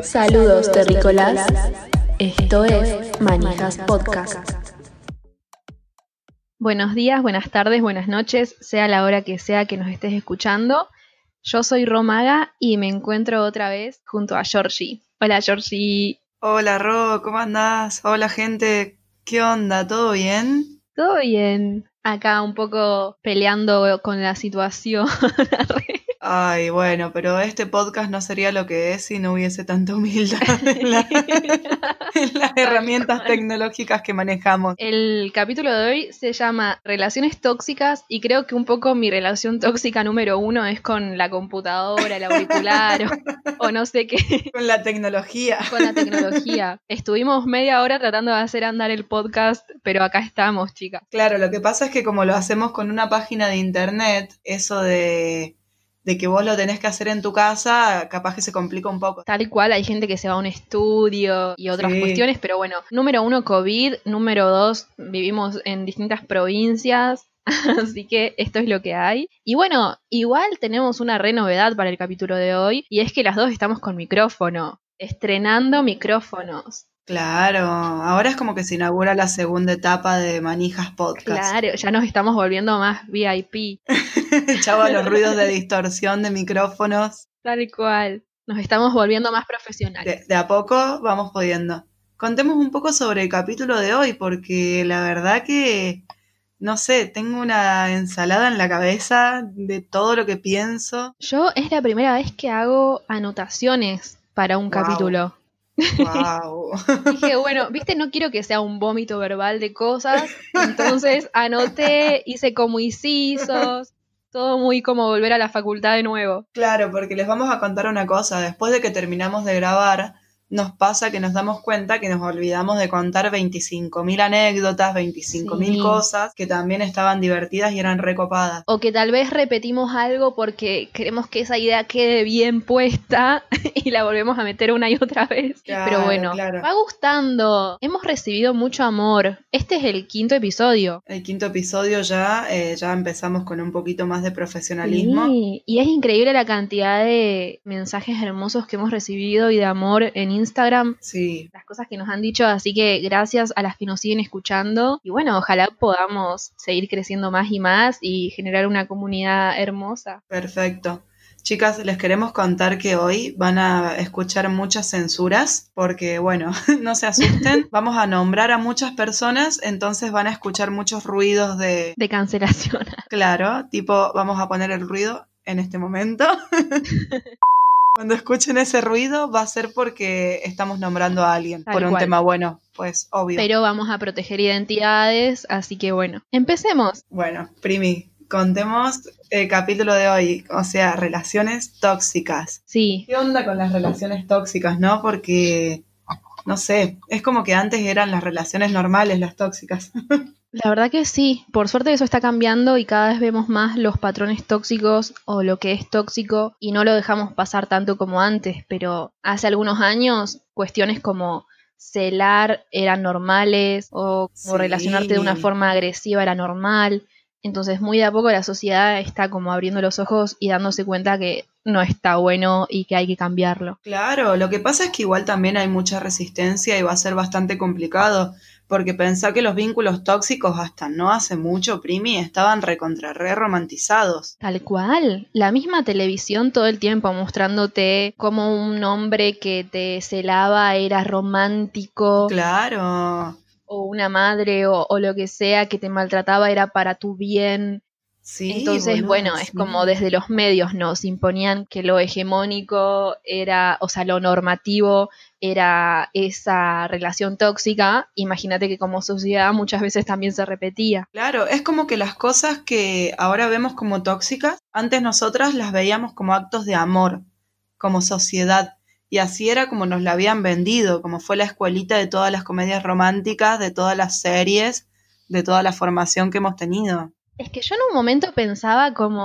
Saludos terrícolas, esto es Manijas Podcast. Buenos días, buenas tardes, buenas noches, sea la hora que sea que nos estés escuchando. Yo soy Romaga y me encuentro otra vez junto a Georgie. Hola Georgie. Hola Ro, ¿cómo andás? Hola gente, ¿qué onda? ¿Todo bien? ¿Todo bien? Acá un poco peleando con la situación. Ay, bueno, pero este podcast no sería lo que es si no hubiese tanta humildad en las herramientas tecnológicas que manejamos. El capítulo de hoy se llama Relaciones tóxicas y creo que un poco mi relación tóxica número 1 es con la computadora, el auricular o no sé qué. Con la tecnología. Con la tecnología. Estuvimos media hora tratando de hacer andar el podcast, pero acá estamos, chicas. Claro, lo que pasa es que como lo hacemos con una página de internet, eso de que vos lo tenés que hacer en tu casa, capaz que se complica un poco. Tal cual, hay gente que se va a un estudio y otras cuestiones, pero bueno, número 1, COVID, número 2, vivimos en distintas provincias, así que esto es lo que hay. Y bueno, igual tenemos una re novedad para el capítulo de hoy, y es que las dos estamos con micrófono, estrenando micrófonos. Claro, ahora es como que se inaugura la segunda etapa de Manijas Podcast. Claro, ya nos estamos volviendo más VIP. Chavo, los ruidos de distorsión de micrófonos. Tal cual, nos estamos volviendo más profesionales. De a poco vamos pudiendo. Contemos un poco sobre el capítulo de hoy, porque la verdad que, no sé, tengo una ensalada en la cabeza de todo lo que pienso. Yo es la primera vez que hago anotaciones para un capítulo. Wow. Dije, bueno, viste, no quiero que sea un vómito verbal de cosas, entonces anoté, hice como incisos, todo muy como volver a la facultad de nuevo. Claro, porque les vamos a contar una cosa. Después de que terminamos de grabar, nos pasa que nos damos cuenta que nos olvidamos de contar 25.000 anécdotas, 25.000 cosas que también estaban divertidas y eran recopadas. O que tal vez repetimos algo porque queremos que esa idea quede bien puesta y la volvemos a meter una y otra vez. Claro, pero bueno, claro. Va gustando. Hemos recibido mucho amor. Este es el 5.º episodio. El 5.º episodio ya empezamos con un poquito más de profesionalismo. Sí, y es increíble la cantidad de mensajes hermosos que hemos recibido y de amor en Instagram, sí. Las cosas que nos han dicho, así que gracias a las que nos siguen escuchando y bueno, ojalá podamos seguir creciendo más y más y generar una comunidad hermosa. Perfecto. Chicas, les queremos contar que hoy van a escuchar muchas censuras porque, bueno, no se asusten, vamos a nombrar a muchas personas, entonces van a escuchar muchos ruidos de cancelación. Claro, tipo, vamos a poner el ruido en este momento. Cuando escuchen ese ruido va a ser porque estamos nombrando a alguien por un tema bueno, pues obvio. Pero vamos a proteger identidades, así que bueno, empecemos. Bueno, Primi, contemos el capítulo de hoy, o sea, relaciones tóxicas. Sí. ¿Qué onda con las relaciones tóxicas, no? Porque, no sé, es como que antes eran las relaciones normales las tóxicas. La verdad que sí, por suerte eso está cambiando y cada vez vemos más los patrones tóxicos o lo que es tóxico y no lo dejamos pasar tanto como antes, pero hace algunos años cuestiones como celar eran normales o relacionarte de una forma agresiva era normal, entonces muy de a poco la sociedad está como abriendo los ojos y dándose cuenta que no está bueno y que hay que cambiarlo. Claro, lo que pasa es que igual también hay mucha resistencia y va a ser bastante complicado. Porque pensá que los vínculos tóxicos hasta no hace mucho, Primi, estaban re romantizados. Tal cual. La misma televisión todo el tiempo mostrándote como un hombre que te celaba era romántico. Claro. O una madre o lo que sea que te maltrataba era para tu bien. Sí, entonces, boluda, bueno, es como desde los medios nos imponían que lo hegemónico era, o sea, lo normativo era esa relación tóxica. Imagínate que como sociedad muchas veces también se repetía. Claro, es como que las cosas que ahora vemos como tóxicas, antes nosotras las veíamos como actos de amor, como sociedad. Y así era como nos la habían vendido, como fue la escuelita de todas las comedias románticas, de todas las series, de toda la formación que hemos tenido. Es que yo en un momento pensaba como,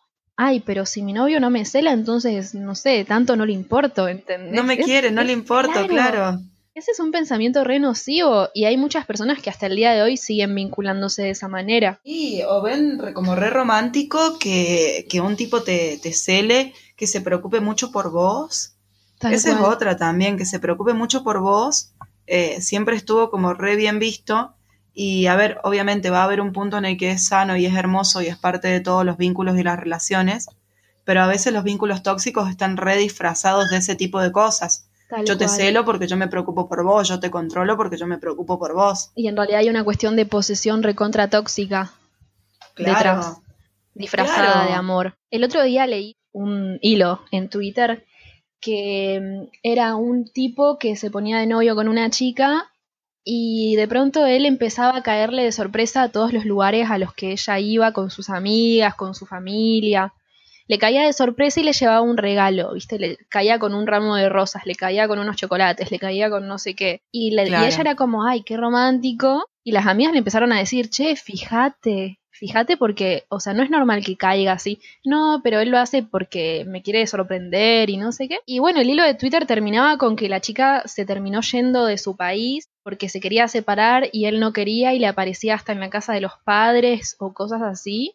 ay, pero si mi novio no me cela, entonces, no sé, tanto no le importo, ¿entendés? No me quiere, no le importo, claro. Ese es un pensamiento re nocivo y hay muchas personas que hasta el día de hoy siguen vinculándose de esa manera. Y o ven como re romántico que un tipo te cele, que se preocupe mucho por vos. Esa es otra también, que se preocupe mucho por vos, siempre estuvo como re bien visto. Y a ver, obviamente va a haber un punto en el que es sano y es hermoso y es parte de todos los vínculos y las relaciones, pero a veces los vínculos tóxicos están re disfrazados de ese tipo de cosas. Yo te celo porque yo me preocupo por vos, yo te controlo porque yo me preocupo por vos. Y en realidad hay una cuestión de posesión recontra tóxica detrás, disfrazada de amor. El otro día leí un hilo en Twitter que era un tipo que se ponía de novio con una chica y de pronto él empezaba a caerle de sorpresa a todos los lugares a los que ella iba con sus amigas, con su familia. Le caía de sorpresa y le llevaba un regalo, ¿viste? Le caía con un ramo de rosas, le caía con unos chocolates, le caía con no sé qué. Y ella era como, ay, qué romántico. Y las amigas le empezaron a decir, che, fíjate porque, o sea, no es normal que caiga así. No, pero él lo hace porque me quiere sorprender y no sé qué. Y bueno, el hilo de Twitter terminaba con que la chica se terminó yendo de su país porque se quería separar y él no quería y le aparecía hasta en la casa de los padres o cosas así.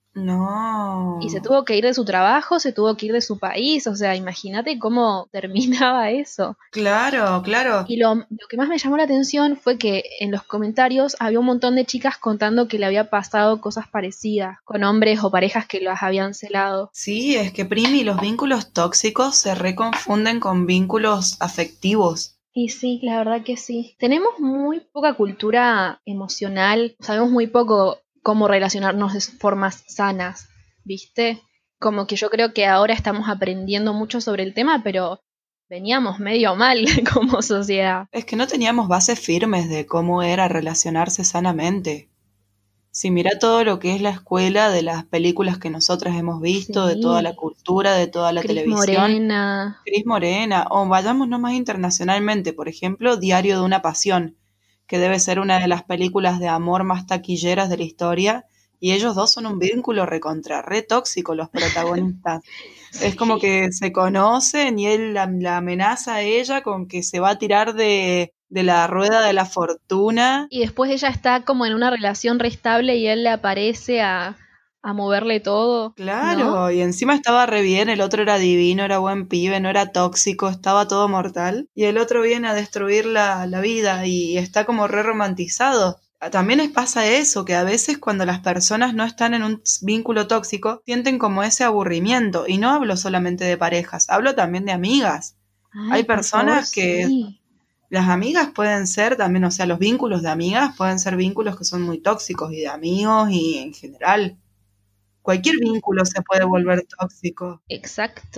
No. Y se tuvo que ir de su trabajo, se tuvo que ir de su país, o sea, imagínate cómo terminaba eso. Claro. Y lo que más me llamó la atención fue que en los comentarios había un montón de chicas contando que le había pasado cosas parecidas con hombres o parejas que las habían celado. Sí, es que Primi, los vínculos tóxicos se reconfunden con vínculos afectivos. Y sí, la verdad que sí. Tenemos muy poca cultura emocional, sabemos muy poco cómo relacionarnos de formas sanas, ¿viste? Como que yo creo que ahora estamos aprendiendo mucho sobre el tema, pero veníamos medio mal como sociedad. Es que no teníamos bases firmes de cómo era relacionarse sanamente. Si mira todo lo que es la escuela, de las películas que nosotras hemos visto, Sí. de toda la cultura, de toda la Cris televisión. Morena. Cris Morena, o vayámonos más internacionalmente, por ejemplo, Diario de una Pasión, que debe ser una de las películas de amor más taquilleras de la historia, y ellos dos son un vínculo re tóxico, los protagonistas. Sí. Es como que se conocen y él la amenaza a ella con que se va a tirar de la rueda de la fortuna. Y después ella está como en una relación re estable y él le aparece a moverle todo. Claro, ¿no? y encima estaba re bien, el otro era divino, era buen pibe, no era tóxico, estaba todo mortal, y el otro viene a destruir la vida y está como re romantizado. También pasa eso, que a veces cuando las personas no están en un vínculo tóxico, sienten como ese aburrimiento, y no hablo solamente de parejas, hablo también de amigas. Ay, Hay personas por favor, que sí. las amigas pueden ser también, o sea, los vínculos de amigas pueden ser vínculos que son muy tóxicos, y de amigos y en general. Cualquier vínculo se puede volver tóxico. Exacto.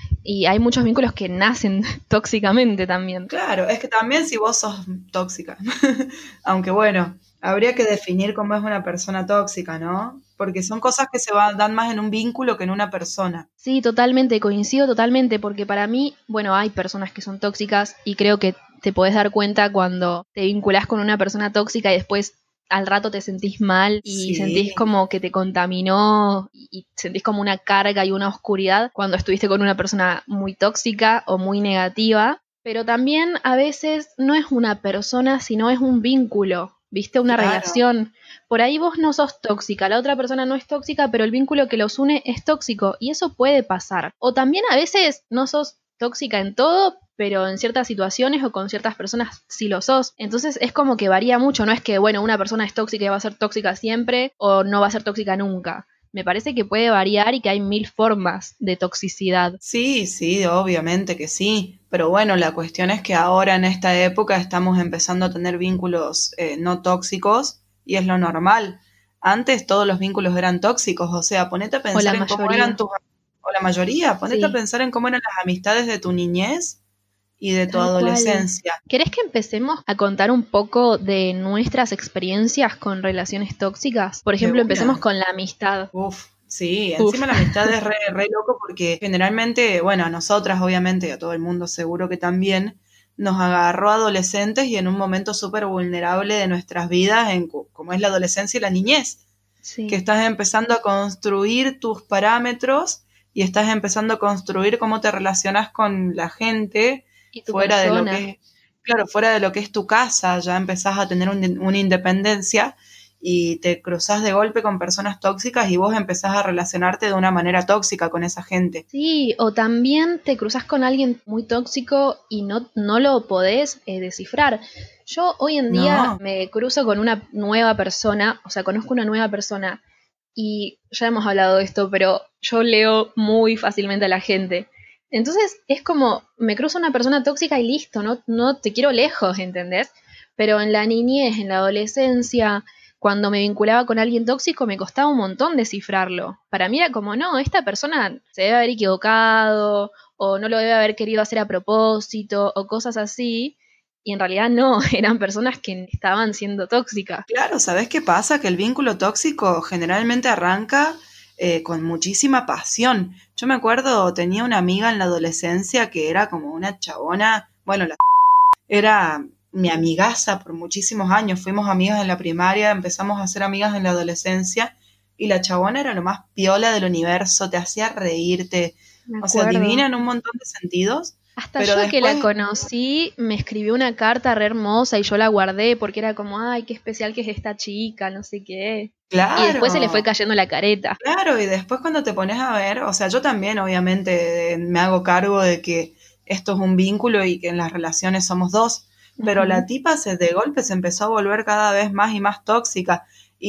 Y hay muchos vínculos que nacen tóxicamente también. Claro, es que también si vos sos tóxica, aunque bueno, habría que definir cómo es una persona tóxica, ¿no? Porque son cosas que dan más en un vínculo que en una persona. Sí, totalmente, coincido totalmente, porque para mí, bueno, hay personas que son tóxicas y creo que te podés dar cuenta cuando te vinculás con una persona tóxica y después al rato te sentís mal y Sí. sentís como que te contaminó y sentís como una carga y una oscuridad cuando estuviste con una persona muy tóxica o muy negativa. Pero también a veces no es una persona, sino es un vínculo, ¿viste? Una Claro. relación. Por ahí vos no sos tóxica, la otra persona no es tóxica, pero el vínculo que los une es tóxico y eso puede pasar. O también a veces no sos tóxica en todo, pero en ciertas situaciones o con ciertas personas sí lo sos. Entonces es como que varía mucho, no es que, bueno, una persona es tóxica y va a ser tóxica siempre o no va a ser tóxica nunca. Me parece que puede variar y que hay 1000 formas de toxicidad. Sí, obviamente que sí. Pero bueno, la cuestión es que ahora en esta época estamos empezando a tener vínculos no tóxicos y es lo normal. Antes todos los vínculos eran tóxicos, o sea, ponete a pensar en cómo eran o la mayoría, ponete a pensar en cómo eran las amistades de tu niñez y de tu adolescencia. ¿Querés que empecemos a contar un poco de nuestras experiencias con relaciones tóxicas? Por ejemplo, empecemos con la amistad. Sí, encima la amistad es re loco porque generalmente, bueno, a nosotras obviamente, y a todo el mundo seguro que también, nos agarró adolescentes y en un momento súper vulnerable de nuestras vidas, como es la adolescencia y la niñez. Sí. Que estás empezando a construir tus parámetros y estás empezando a construir cómo te relacionas con la gente fuera de lo que es tu casa, ya empezás a tener una independencia y te cruzás de golpe con personas tóxicas y vos empezás a relacionarte de una manera tóxica con esa gente. Sí, o también te cruzas con alguien muy tóxico y no lo podés descifrar. Yo hoy en día No, me cruzo con una nueva persona, o sea, conozco una nueva persona y ya hemos hablado de esto, pero yo leo muy fácilmente a la gente. Entonces es como, me cruzo una persona tóxica y listo, no te quiero lejos, ¿entendés? Pero en la niñez, en la adolescencia, cuando me vinculaba con alguien tóxico me costaba un montón descifrarlo. Para mí era como, no, esta persona se debe haber equivocado o no lo debe haber querido hacer a propósito o cosas así. Y en realidad no, eran personas que estaban siendo tóxicas. claro, ¿sabés qué pasa? Que el vínculo tóxico generalmente arranca con muchísima pasión. Yo me acuerdo, tenía una amiga en la adolescencia que era como una chabona, bueno, era mi amigaza por muchísimos años, fuimos amigas en la primaria, empezamos a ser amigas en la adolescencia y la chabona era lo más piola del universo, te hacía reírte, Me o sea, acuerdo. divina en un montón de sentidos, Hasta pero yo que la después, conocí me escribió una carta re hermosa y yo la guardé porque era como, ay, qué especial que es esta chica, no sé qué. Y después se le fue claro, cayendo la careta. claro, y después cuando te pones a ver, o sea, yo también obviamente me hago cargo de que esto es un vínculo y que en las relaciones somos dos, pero Ujú. la tipa de golpe se empezó a volver cada vez más y más tóxica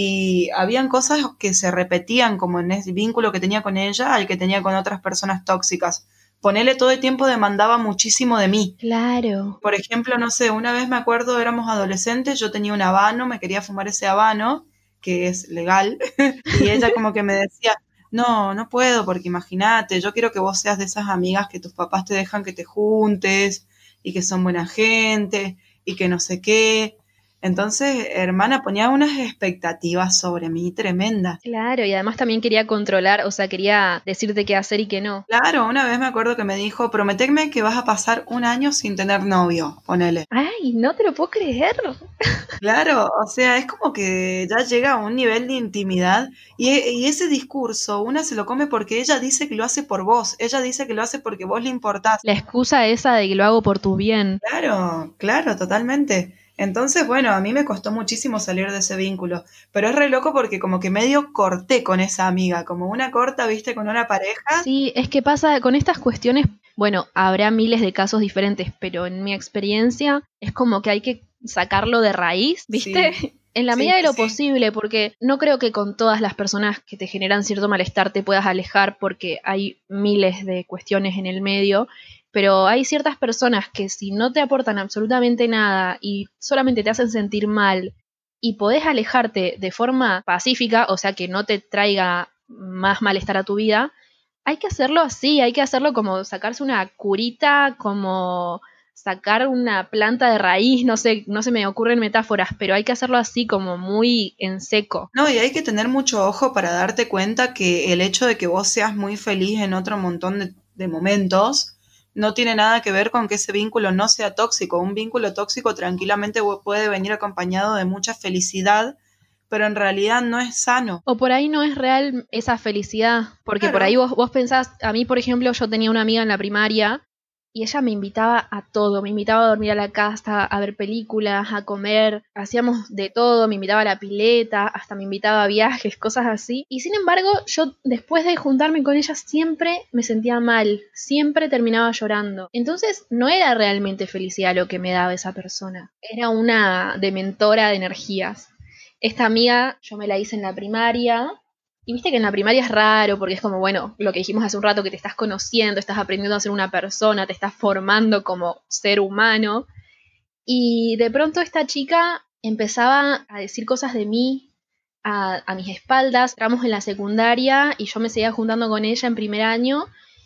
y habían cosas que se repetían como en ese vínculo que tenía con ella al que tenía con otras personas tóxicas. Ponele todo el tiempo demandaba muchísimo de mí. Claro. Por ejemplo, no sé, una vez me acuerdo, éramos adolescentes, yo tenía un habano, me quería fumar ese habano, que es legal, y ella como que me decía, no, no puedo, porque imagínate, yo quiero que vos seas de esas amigas que tus papás te dejan que te juntes, y que son buena gente, y que no sé qué. Entonces, hermana, ponía unas expectativas sobre mí tremendas. Claro, y además también quería controlar, o sea, quería decirte qué hacer y qué no. Claro, una vez me acuerdo que me dijo, prometeme que vas a pasar un año sin tener novio, ponele. Ay, no te lo puedo creer. Claro, o sea, es como que ya llega a un nivel de intimidad y ese discurso una se lo come porque ella dice que lo hace por vos, ella dice que lo hace porque vos le importás. La excusa esa de que lo hago por tu bien. Claro, claro, totalmente. Entonces, bueno, a mí me costó muchísimo salir de ese vínculo, pero es re loco porque como que medio corté con esa amiga, como una corta, viste, con una pareja. Sí, es que pasa con estas cuestiones, bueno, habrá miles de casos diferentes, pero en mi experiencia es como que hay que sacarlo de raíz, ¿viste? Sí, En la sí, medida de sí, lo sí. posible, porque no creo que con todas las personas que te generan cierto malestar te puedas alejar porque hay miles de cuestiones en el medio, pero hay ciertas personas que si no te aportan absolutamente nada y solamente te hacen sentir mal y podés alejarte de forma pacífica, o sea que no te traiga más malestar a tu vida, hay que hacerlo así, hay que hacerlo como sacarse una curita, como sacar una planta de raíz, no sé, no se me ocurren metáforas, pero hay que hacerlo así como muy en seco. No, y hay que tener mucho ojo para darte cuenta que el hecho de que vos seas muy feliz en otro montón de momentos no tiene nada que ver con que ese vínculo no sea tóxico. Un vínculo tóxico tranquilamente puede venir acompañado de mucha felicidad, pero en realidad no es sano. O por ahí no es real esa felicidad, porque por ahí Claro, vos pensás, a mí por ejemplo yo tenía una amiga en la primaria y ella me invitaba a todo, me invitaba a dormir a la casa, a ver películas, a comer, hacíamos de todo, me invitaba a la pileta, hasta me invitaba a viajes, cosas así. Y sin embargo, yo después de juntarme con ella siempre me sentía mal, siempre terminaba llorando. Entonces no era realmente felicidad lo que me daba esa persona, era una dementora de energías. Esta amiga yo me la hice en la primaria. Y viste que en la primaria es raro porque es como, bueno, lo que dijimos hace un rato, que te estás conociendo, estás aprendiendo a ser una persona, te estás formando como ser humano. Y de pronto esta chica empezaba a decir cosas de mí a mis espaldas. Entramos en la secundaria y yo me seguía juntando con ella en primer año.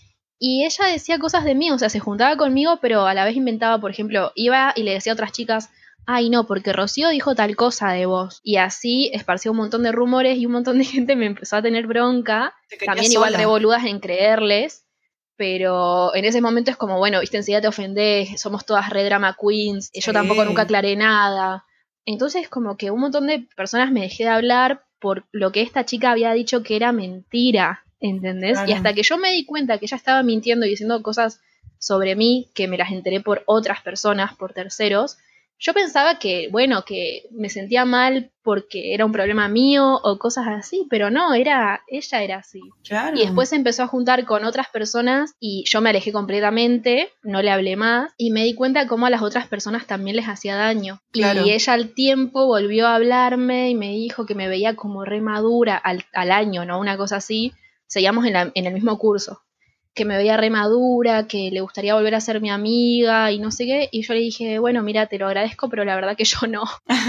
Y ella decía cosas de mí, o sea, se juntaba conmigo, pero a la vez inventaba, por ejemplo, iba y le decía a otras chicas, ay no, porque Rocío dijo tal cosa de vos. Y así esparció un montón de rumores y un montón de gente me empezó a tener bronca, te quería también igual sola. revoludas en creerles, pero en ese momento es como, bueno, viste, enseguida te ofendés, somos todas re drama queens, yo tampoco nunca Sí, aclaré nada. Entonces como que un montón de personas me dejé de hablar por lo que esta chica había dicho que era mentira, ¿entendés? Y claro. hasta que yo me di cuenta que ella estaba mintiendo y diciendo cosas sobre mí, que me las enteré por otras personas, por terceros, Yo pensaba que, bueno, que me sentía mal porque era un problema mío o cosas así, pero no, ella era así. Claro. Y después se empezó a juntar con otras personas y yo me alejé completamente, no le hablé más y me di cuenta cómo a las otras personas también les hacía daño. Claro. Y ella al tiempo volvió a hablarme y me dijo que me veía como re madura al año, ¿no? Una cosa así. Seguíamos en el mismo curso. Que me veía re madura, que le gustaría volver a ser mi amiga y no sé qué. Y yo le dije, bueno, mira, te lo agradezco, pero la verdad que yo no.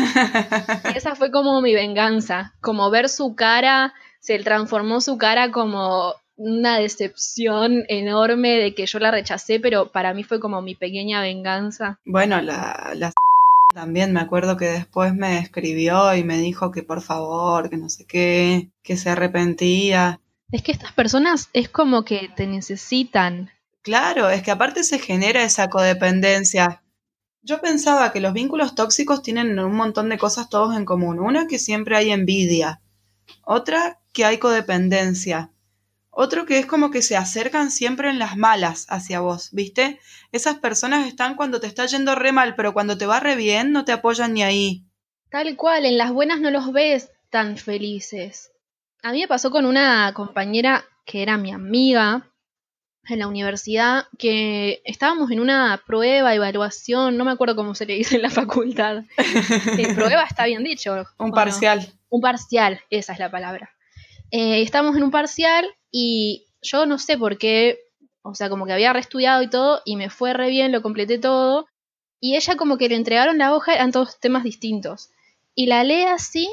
Y esa fue como mi venganza, como ver su cara, se transformó su cara como una decepción enorme de que yo la rechacé, pero para mí fue como mi pequeña venganza. Bueno, la también me acuerdo que después me escribió y me dijo que por favor, que no sé qué, que se arrepentía. Es que estas personas es como que te necesitan. Claro, es que aparte se genera esa codependencia. Yo pensaba que los vínculos tóxicos tienen un montón de cosas todos en común. Una, que siempre hay envidia. Otra, que hay codependencia. Otro, que es como que se acercan siempre en las malas hacia vos, ¿viste? Esas personas están cuando te está yendo re mal, pero cuando te va re bien no te apoyan ni ahí. Tal cual, en las buenas no los ves tan felices. A mí me pasó con una compañera que era mi amiga en la universidad, que estábamos en una prueba, evaluación, no me acuerdo cómo se le dice en la facultad. Prueba está bien dicho. Un parcial. No? Un parcial, esa es la palabra. Estábamos en un parcial y yo no sé por qué, o sea, como que había reestudiado y todo, y me fue re bien, lo completé todo, y ella como que le entregaron la hoja, eran todos temas distintos. Y la lee así,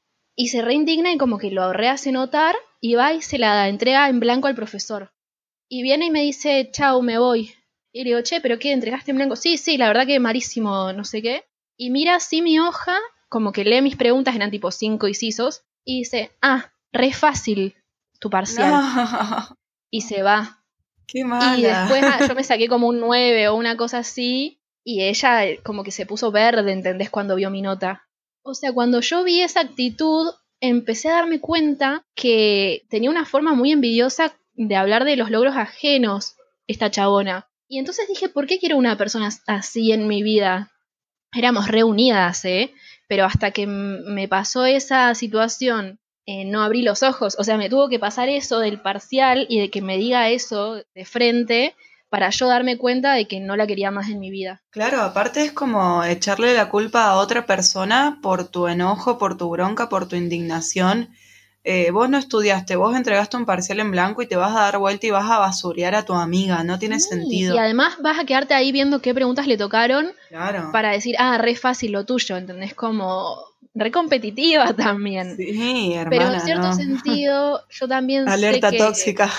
y se reindigna y como que lo rehace notar, y va y se la entrega en blanco al profesor. Y viene y me dice, chau, me voy. Y le digo, che, ¿pero qué? ¿Entregaste en blanco? Sí, la verdad que malísimo, no sé qué. Y mira así mi hoja, como que lee mis preguntas, eran tipo 5 incisos, y dice, re fácil tu parcial. No, Y se va. qué mala. Y después yo me saqué como un 9 o una cosa así, y ella como que se puso verde, ¿entendés? Cuando vio mi nota. O sea, cuando yo vi esa actitud, empecé a darme cuenta que tenía una forma muy envidiosa de hablar de los logros ajenos, esta chabona. Y entonces dije, ¿por qué quiero una persona así en mi vida? Éramos reunidas, pero hasta que me pasó esa situación, no abrí los ojos. O sea, me tuvo que pasar eso del parcial y de que me diga eso de frente para yo darme cuenta de que no la quería más en mi vida. Claro, aparte es como echarle la culpa a otra persona por tu enojo, por tu bronca, por tu indignación. Vos no estudiaste, vos entregaste un parcial en blanco y te vas a dar vuelta y vas a basurear a tu amiga, no tiene sentido. Y además vas a quedarte ahí viendo qué preguntas le tocaron, claro, para decir, re fácil lo tuyo, ¿entendés? Como re competitiva también. Sí, hermana, pero en cierto no. sentido, yo también Alerta sé que... tóxica.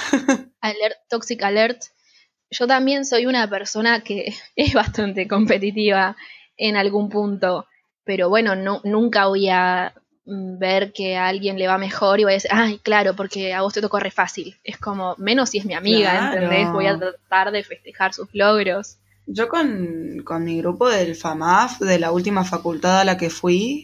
Toxic alert. Yo también soy una persona que es bastante competitiva en algún punto, pero bueno, nunca voy a ver que a alguien le va mejor y voy a decir, ay, claro, porque a vos te tocó re fácil. Es como, menos si es mi amiga, Claro. ¿entendés? Voy a tratar de festejar sus logros. Yo con mi grupo del FAMAF, de la última facultad a la que fui,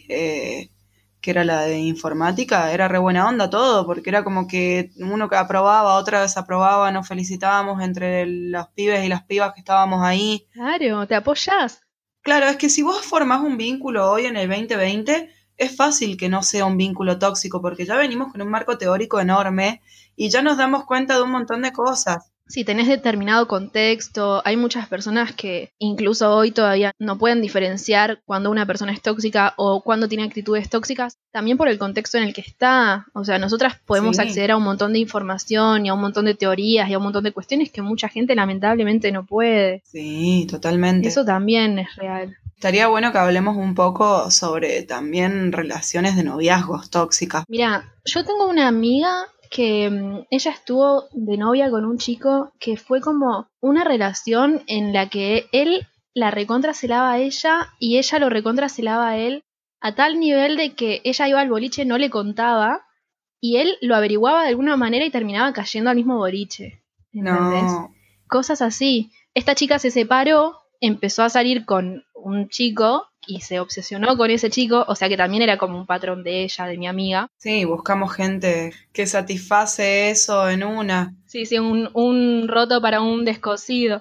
que era la de informática, era re buena onda todo, porque era como que uno que aprobaba, otra desaprobaba, nos felicitábamos entre los pibes y las pibas que estábamos ahí. Claro, te apoyás. Claro, es que si vos formás un vínculo hoy en el 2020, es fácil que no sea un vínculo tóxico, porque ya venimos con un marco teórico enorme y ya nos damos cuenta de un montón de cosas. Si tenés determinado contexto, hay muchas personas que incluso hoy todavía no pueden diferenciar cuando una persona es tóxica o cuando tiene actitudes tóxicas, también por el contexto en el que está. O sea, nosotras podemos Sí. acceder a un montón de información y a un montón de teorías y a un montón de cuestiones que mucha gente lamentablemente no puede. Sí, totalmente. Eso también es real. Estaría bueno que hablemos un poco sobre también relaciones de noviazgos tóxicas. Mira, yo tengo una amiga que ella estuvo de novia con un chico que fue como una relación en la que él la recontracelaba a ella y ella lo recontracelaba a él, a tal nivel de que ella iba al boliche, no le contaba y él lo averiguaba de alguna manera y terminaba cayendo al mismo boliche. ¿Entendés? No, Cosas así. Esta chica se separó, empezó a salir con un chico y se obsesionó con ese chico, o sea que también era como un patrón de ella, de mi amiga. sí, buscamos gente que satisface eso en una. Sí, un roto para un descosido.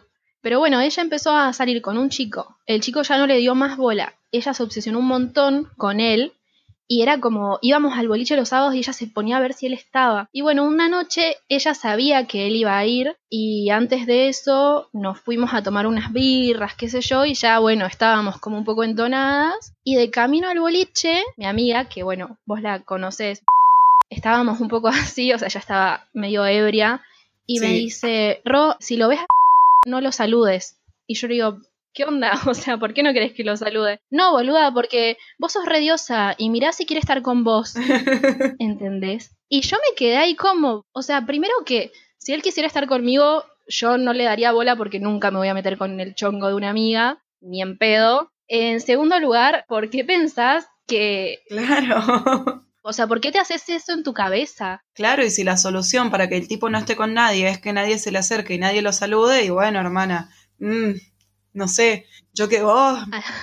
Pero bueno, ella empezó a salir con un chico. El chico ya no le dio más bola. Ella se obsesionó un montón con él. Y era como, íbamos al boliche los sábados y ella se ponía a ver si él estaba. Y bueno, una noche ella sabía que él iba a ir. Y antes de eso nos fuimos a tomar unas birras, qué sé yo. Y ya, bueno, estábamos como un poco entonadas. Y de camino al boliche, mi amiga, que bueno, vos la conocés, estábamos un poco así, o sea, ya estaba medio ebria. Y me dice, Ro, si lo ves no lo saludes. Y yo le digo, ¿qué onda? O sea, ¿por qué no querés que lo salude? No, boluda, porque vos sos re diosa y mirá si quiere estar con vos. ¿Entendés? Y yo me quedé ahí como, o sea, primero que si él quisiera estar conmigo, yo no le daría bola porque nunca me voy a meter con el chongo de una amiga, ni en pedo. En segundo lugar, ¿por qué pensás que... Claro. O sea, ¿por qué te haces eso en tu cabeza? Claro, y si la solución para que el tipo no esté con nadie es que nadie se le acerque y nadie lo salude, y bueno, hermana, no sé, yo que vos...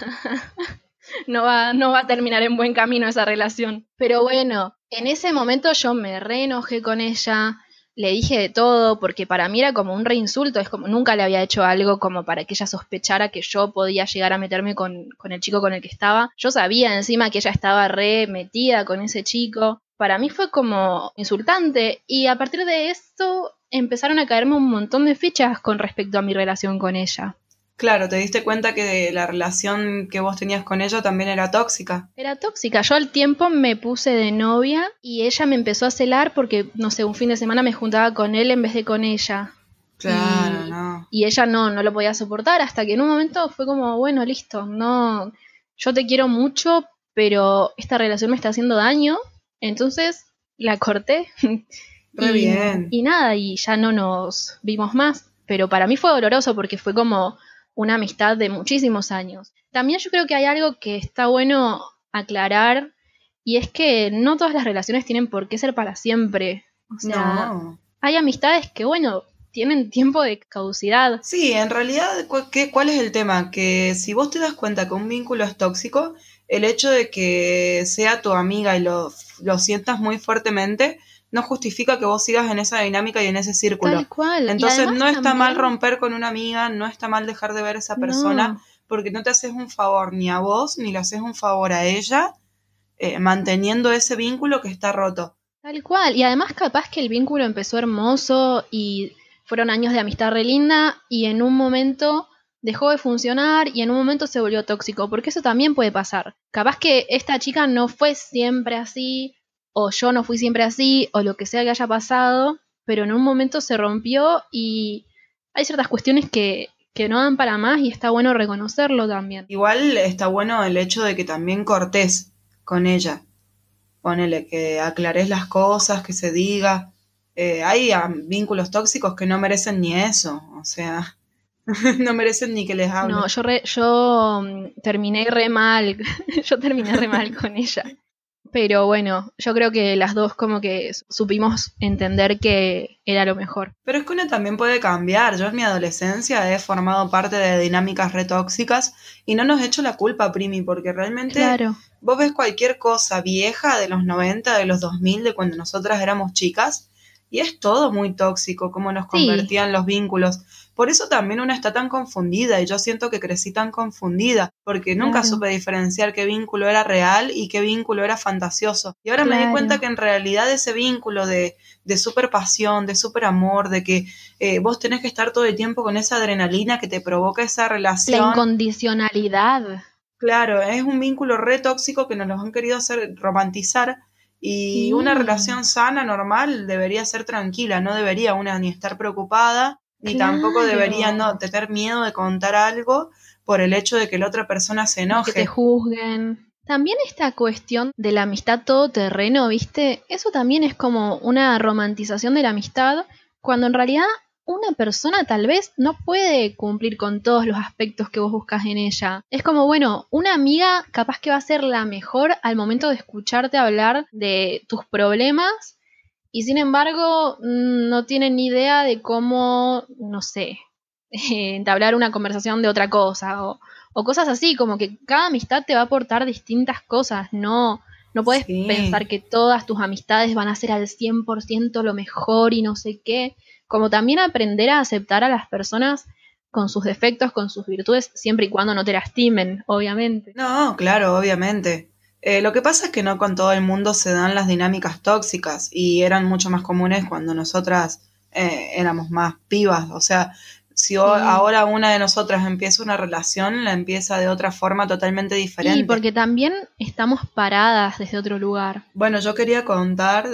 no va a terminar en buen camino esa relación. Pero bueno, en ese momento yo me re enojé con ella, le dije de todo, porque para mí era como un reinsulto, es como nunca le había hecho algo como para que ella sospechara que yo podía llegar a meterme con el chico con el que estaba. Yo sabía encima que ella estaba re metida con ese chico. Para mí fue como insultante y a partir de esto empezaron a caerme un montón de fichas con respecto a mi relación con ella. Claro, te diste cuenta que la relación que vos tenías con ella también era tóxica. Era tóxica. Yo al tiempo me puse de novia y ella me empezó a celar porque, no sé, un fin de semana me juntaba con él en vez de con ella. Claro, no. Y ella no lo podía soportar hasta que en un momento fue como, bueno, listo, no, yo te quiero mucho, pero esta relación me está haciendo daño. Entonces la corté. Re bien. Y nada, y ya no nos vimos más. Pero para mí fue doloroso porque fue como una amistad de muchísimos años. También yo creo que hay algo que está bueno aclarar y es que no todas las relaciones tienen por qué ser para siempre. O sea, No. hay amistades que, bueno, tienen tiempo de caducidad. Sí, en realidad, ¿cuál es el tema? Que si vos te das cuenta que un vínculo es tóxico, el hecho de que sea tu amiga y lo sientas muy fuertemente, no justifica que vos sigas en esa dinámica y en ese círculo. Tal cual. Entonces no está también... mal romper con una amiga, no está mal dejar de ver a esa persona, porque no te haces un favor ni a vos, ni le haces un favor a ella, manteniendo ese vínculo que está roto. Tal cual. Y además capaz que el vínculo empezó hermoso y fueron años de amistad re linda y en un momento dejó de funcionar y en un momento se volvió tóxico, porque eso también puede pasar. Capaz que esta chica no fue siempre así, o yo no fui siempre así, o lo que sea que haya pasado, pero en un momento se rompió y hay ciertas cuestiones que no dan para más y está bueno reconocerlo también. Igual está bueno el hecho de que también cortés con ella. Ponele, que aclares las cosas, que se diga. Hay vínculos tóxicos que no merecen ni eso, o sea, no merecen ni que les hable. No, yo terminé re mal, yo terminé re mal con ella. Pero bueno, yo creo que las dos como que supimos entender que era lo mejor. Pero es que uno también puede cambiar. Yo en mi adolescencia he formado parte de dinámicas re tóxicas y no nos echo la culpa, Primi, porque realmente Claro. vos ves cualquier cosa vieja de los 90, de los 2000, de cuando nosotras éramos chicas, y es todo muy tóxico, cómo nos convertían los vínculos. Por eso también una está tan confundida, y yo siento que crecí tan confundida, porque nunca supe diferenciar qué vínculo era real y qué vínculo era fantasioso. Y ahora me di cuenta que en realidad ese vínculo de súper pasión, de súper amor, de que vos tenés que estar todo el tiempo con esa adrenalina que te provoca esa relación. La incondicionalidad. Claro, es un vínculo re tóxico que nos lo han querido hacer romantizar. Y una relación sana, normal, debería ser tranquila, no debería una ni estar preocupada, ni tampoco debería no tener miedo de contar algo por el hecho de que la otra persona se enoje. Que te juzguen. También esta cuestión de la amistad todoterreno, ¿viste? Eso también es como una romantización de la amistad, cuando en realidad una persona tal vez no puede cumplir con todos los aspectos que vos buscas en ella. Es como, bueno, una amiga capaz que va a ser la mejor al momento de escucharte hablar de tus problemas y sin embargo no tiene ni idea de cómo, no sé, entablar una conversación de otra cosa o cosas así, como que cada amistad te va a aportar distintas cosas, no puedes pensar que todas tus amistades van a ser al 100% lo mejor y no sé qué. Como también aprender a aceptar a las personas con sus defectos, con sus virtudes, siempre y cuando no te lastimen, obviamente. No, claro, obviamente. Lo que pasa es que no con todo el mundo se dan las dinámicas tóxicas y eran mucho más comunes cuando nosotras éramos más pibas. O sea, si Sí. ahora una de nosotras empieza una relación, la empieza de otra forma totalmente diferente. Y porque también estamos paradas desde otro lugar. Bueno, yo quería contar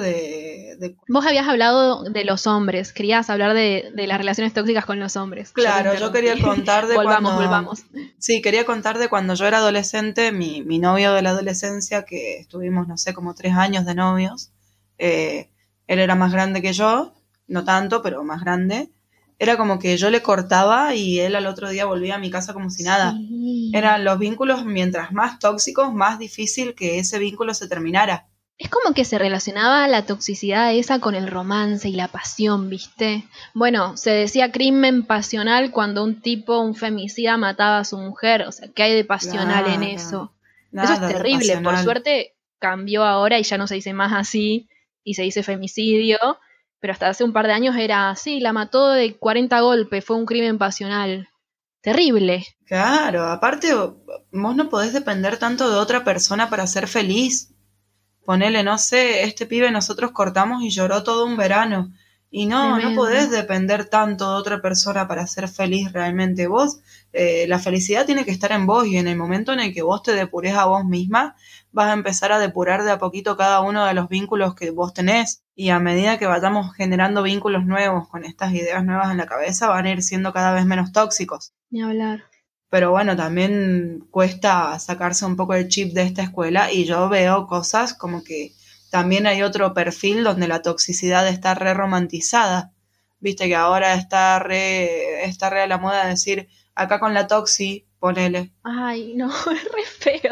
Vos habías hablado de los hombres, querías hablar de las relaciones tóxicas con los hombres. Claro, yo quería contar de volvamos. Sí, quería contar de cuando yo era adolescente, mi novio de la adolescencia, que estuvimos, no sé, como 3 años de novios. Él era más grande que yo, no tanto, pero más grande. Era como que yo le cortaba y él al otro día volvía a mi casa como si nada. Sí. Eran los vínculos, mientras más tóxicos, más difícil que ese vínculo se terminara. Es como que se relacionaba la toxicidad esa con el romance y la pasión, ¿viste? Bueno, se decía crimen pasional cuando un femicida mataba a su mujer. O sea, ¿qué hay de pasional en eso? Eso es terrible. Por suerte cambió ahora y ya no se dice más así y se dice femicidio. Pero hasta hace un par de años era así, la mató de 40 golpes, fue un crimen pasional. Terrible. Claro, aparte vos no podés depender tanto de otra persona para ser feliz. Ponele, no sé, este pibe nosotros cortamos y lloró todo un verano. Y no podés depender tanto de otra persona para ser feliz realmente. Vos, la felicidad tiene que estar en vos y en el momento en el que vos te depures a vos misma, vas a empezar a depurar de a poquito cada uno de los vínculos que vos tenés. Y a medida que vayamos generando vínculos nuevos con estas ideas nuevas en la cabeza, van a ir siendo cada vez menos tóxicos. Ni hablar. Pero bueno, también cuesta sacarse un poco el chip de esta escuela y yo veo cosas como que también hay otro perfil donde la toxicidad está re romantizada. Viste que ahora está re a la moda de decir, acá con la toxi, ponele. Ay, no, es re feo.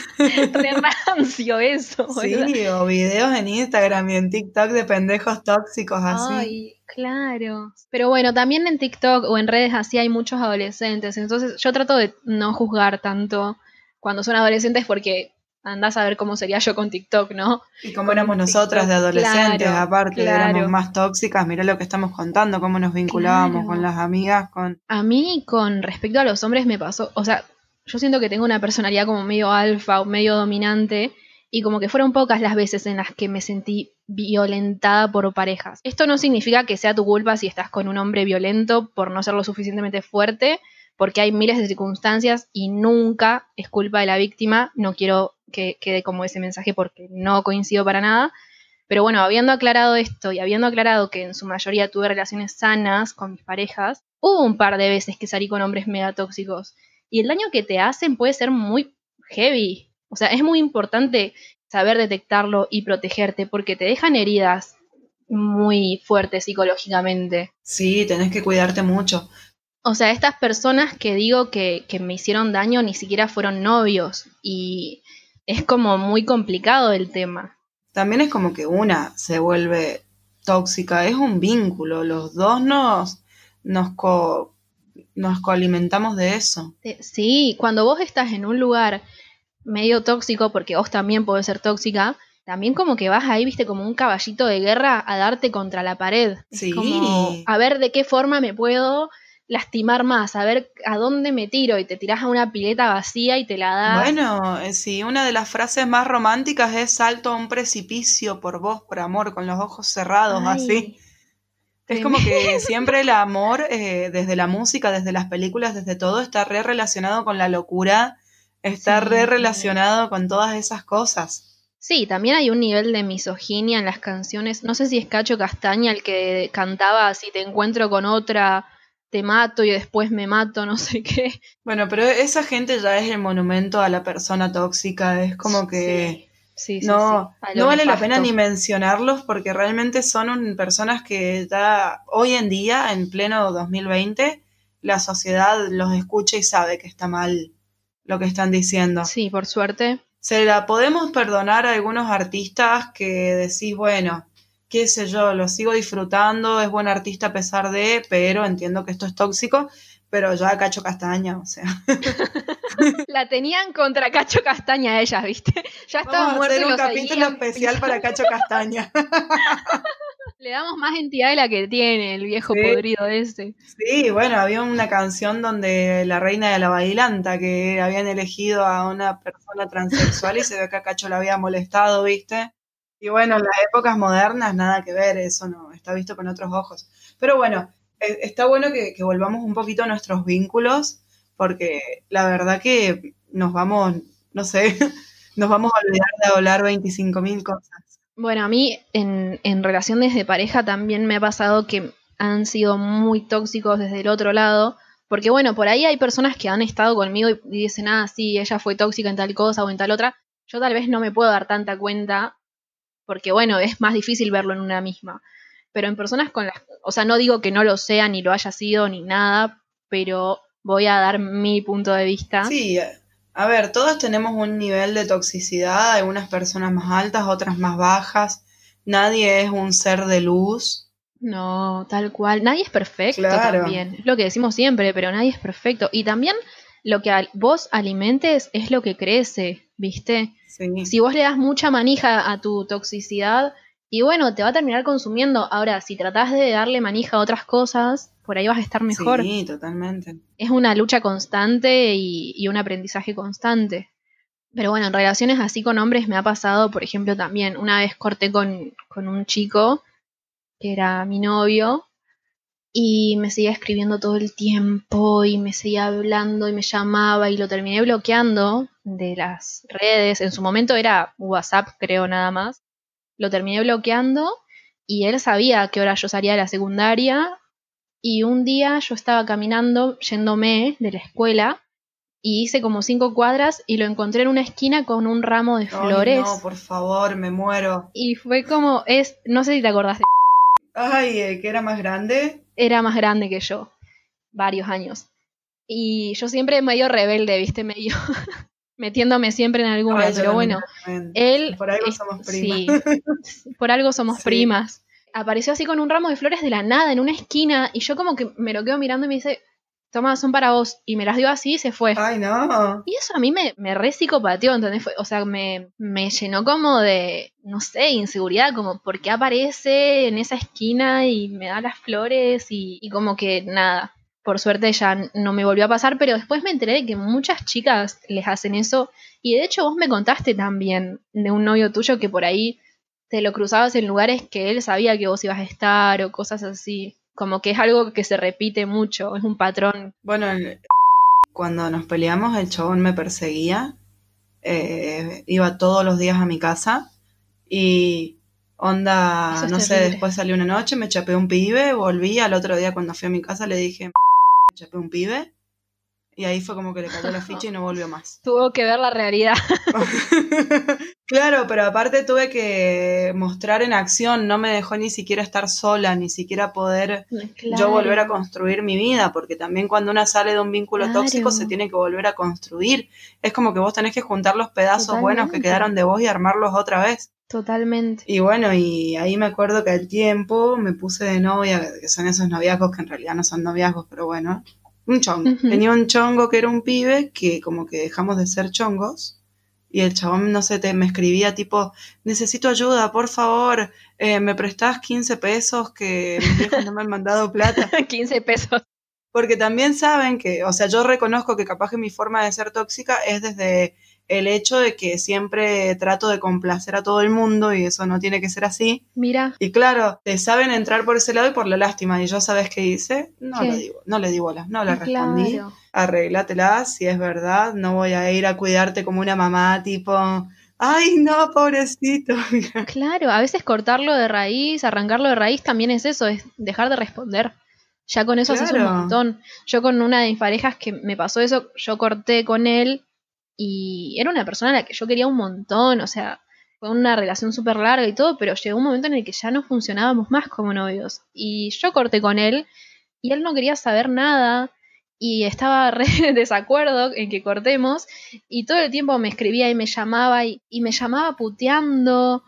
Re rancio eso. Sí, ¿verdad? o videos en Instagram y en TikTok de pendejos tóxicos así. Ay, claro. Pero bueno, también en TikTok o en redes así hay muchos adolescentes. Entonces yo trato de no juzgar tanto cuando son adolescentes porque andás a ver cómo sería yo con TikTok, ¿no? Y cómo éramos nosotras de adolescentes, claro, aparte, éramos más tóxicas. Mirá lo que estamos contando, cómo nos vinculábamos con las amigas, A mí, con respecto a los hombres, me pasó, o sea, yo siento que tengo una personalidad como medio alfa o medio dominante y como que fueron pocas las veces en las que me sentí violentada por parejas. Esto no significa que sea tu culpa si estás con un hombre violento por no ser lo suficientemente fuerte, porque hay miles de circunstancias y nunca es culpa de la víctima. No quiero que quede como ese mensaje porque no coincido para nada. Pero bueno, habiendo aclarado esto y habiendo aclarado que en su mayoría tuve relaciones sanas con mis parejas, hubo un par de veces que salí con hombres mega tóxicos. Y el daño que te hacen puede ser muy heavy. O sea, es muy importante saber detectarlo y protegerte porque te dejan heridas muy fuertes psicológicamente. Sí, tenés que cuidarte mucho. O sea, estas personas que digo que me hicieron daño ni siquiera fueron novios y es como muy complicado el tema. También es como que una se vuelve tóxica, es un vínculo, los dos nos coalimentamos de eso. Sí, cuando vos estás en un lugar medio tóxico, porque vos también podés ser tóxica, también como que vas ahí, viste, como un caballito de guerra a darte contra la pared. Sí. Es como, a ver de qué forma me puedo lastimar más, a ver a dónde me tiro y te tirás a una pileta vacía y te la das. Bueno, sí, una de las frases más románticas es salto a un precipicio por vos, por amor, con los ojos cerrados, Ay, así. Es como que siempre el amor, desde la música, desde las películas, desde todo, está re relacionado con la locura, está re relacionado con todas esas cosas. Sí, también hay un nivel de misoginia en las canciones. No sé si es Cacho Castaña el que cantaba si te encuentro con otra, te mato y después me mato, no sé qué. Bueno, pero esa gente ya es el monumento a la persona tóxica, es como que no vale la pena ni mencionarlos porque realmente son personas que ya hoy en día, en pleno 2020, la sociedad los escucha y sabe que está mal lo que están diciendo. Sí, por suerte. Se la podemos perdonar a algunos artistas que decís, bueno, qué sé yo, lo sigo disfrutando, es buen artista a pesar de, pero entiendo que esto es tóxico. pero ya Cacho Castaña, o sea. La tenían contra Cacho Castaña ellas, ¿viste? Ya estaban Vamos a muertos hacer y un lo capítulo seguían especial pisando. para Cacho Castaña. Le damos más entidad de la que tiene el viejo Sí. podrido ese. Sí, bueno, había una canción donde la reina de la bailanta, que habían elegido a una persona transexual y se ve que a Cacho la había molestado, ¿viste? Y bueno, en las épocas modernas nada que ver, eso no, está visto con otros ojos. Pero bueno, está bueno que volvamos un poquito a nuestros vínculos, porque la verdad que nos vamos, no sé, nos vamos a olvidar de hablar 25.000 cosas. Bueno, a mí en relaciones de pareja también me ha pasado que han sido muy tóxicos desde el otro lado, porque bueno, por ahí hay personas que han estado conmigo y dicen, ah, sí, ella fue tóxica en tal cosa o en tal otra. Yo tal vez no me puedo dar tanta cuenta, porque bueno, es más difícil verlo en una misma. Pero en personas con las, o sea, no digo que no lo sea, ni lo haya sido, ni nada, pero voy a dar mi punto de vista. Sí, a ver, todos tenemos un nivel de toxicidad, algunas personas más altas, otras más bajas. Nadie es un ser de luz. No, tal cual. Nadie es perfecto Claro, también. Es lo que decimos siempre, pero nadie es perfecto. Y también lo que vos alimentes es lo que crece, ¿viste? sí, Si vos le das mucha manija a tu toxicidad, y bueno, te va a terminar consumiendo. Ahora, si tratás de darle manija a otras cosas, por ahí vas a estar mejor. sí, totalmente. Es una lucha constante y un aprendizaje constante. Pero bueno, en relaciones así con hombres me ha pasado, por ejemplo, también. Una vez corté con un chico que era mi novio y me seguía escribiendo todo el tiempo y me seguía hablando y me llamaba y lo terminé bloqueando de las redes. En su momento era WhatsApp, creo, nada más. Lo terminé bloqueando y él sabía a qué hora yo salía de la secundaria y un día yo estaba caminando yéndome de la escuela y hice como 5 cuadras y lo encontré en una esquina con un ramo de Ay, no, flores por favor, me muero. y fue como, no sé si te acordás, Ay, que era más grande. era más grande que yo, varios años. Y yo siempre medio rebelde, viste, medio metiéndome siempre en alguna, Ay, yo pero también bueno, era rebelde. él, Por algo somos primas. sí, por algo somos Sí. primas. Apareció así con un ramo de flores de la nada en una esquina y yo como que me lo quedo mirando y me dice, toma, son para vos. Y me las dio así y se fue. Ay, no. Y eso a mí me re psicopateó, ¿entendés? O sea, me llenó como de, no sé, inseguridad, como por qué aparece en esa esquina y me da las flores y como que nada. Por suerte ya no me volvió a pasar, pero después me enteré de que muchas chicas les hacen eso. Y de hecho vos me contaste también de un novio tuyo que por ahí te lo cruzabas en lugares que él sabía que vos ibas a estar o cosas así. Como que es algo que se repite mucho, es un patrón. Bueno, cuando nos peleamos, el chabón me perseguía. Iba todos los días a mi casa y Eso onda, es no sé, terrible. después salió una noche, me chapé un pibe, volví al otro día cuando fui a mi casa le dije, me chapé un pibe y ahí fue como que le cayó la ficha y no volvió más. Tuvo que ver la realidad. Claro, pero aparte tuve que mostrar en acción, no me dejó ni siquiera estar sola, ni siquiera poder yo volver a Claro, construir mi vida, porque también cuando una sale de un vínculo tóxico se claro, tiene que volver a construir. Es como que vos tenés que juntar los pedazos buenos que totalmente, quedaron de vos y armarlos otra vez. totalmente. Y bueno, y ahí me acuerdo que al tiempo me puse de novia, que son esos noviazgos que en realidad no son noviazgos, pero bueno, un chongo. Ujú. Tenía un chongo que era un pibe que como que dejamos de ser chongos. Y el chabón, no sé, me escribía tipo, necesito ayuda, por favor, me prestás 15 pesos que mis viejos no me han mandado plata. 15 pesos. Porque también saben que, o sea, yo reconozco que capaz que mi forma de ser tóxica es desde el hecho de que siempre trato de complacer a todo el mundo y eso no tiene que ser así. Mira, Y claro, te saben entrar por ese lado y por la lástima. Y yo, ¿sabes qué hice? No lo ¿qué? digo, no le di bolas, no le respondí. Claro, Arréglatela, si es verdad, no voy a ir a cuidarte como una mamá, tipo, ay, no, pobrecito. claro. A veces cortarlo de raíz, arrancarlo de raíz también es eso, es dejar de responder. Ya con eso haces un Claro, montón. Yo con una de mis parejas que me pasó eso, yo corté con él y era una persona a la que yo quería un montón, o sea, fue una relación súper larga y todo, pero llegó un momento en el que ya no funcionábamos más como novios. Y yo corté con él y él no quería saber nada y estaba re en desacuerdo en que cortemos y todo el tiempo me escribía y me llamaba y me llamaba puteando.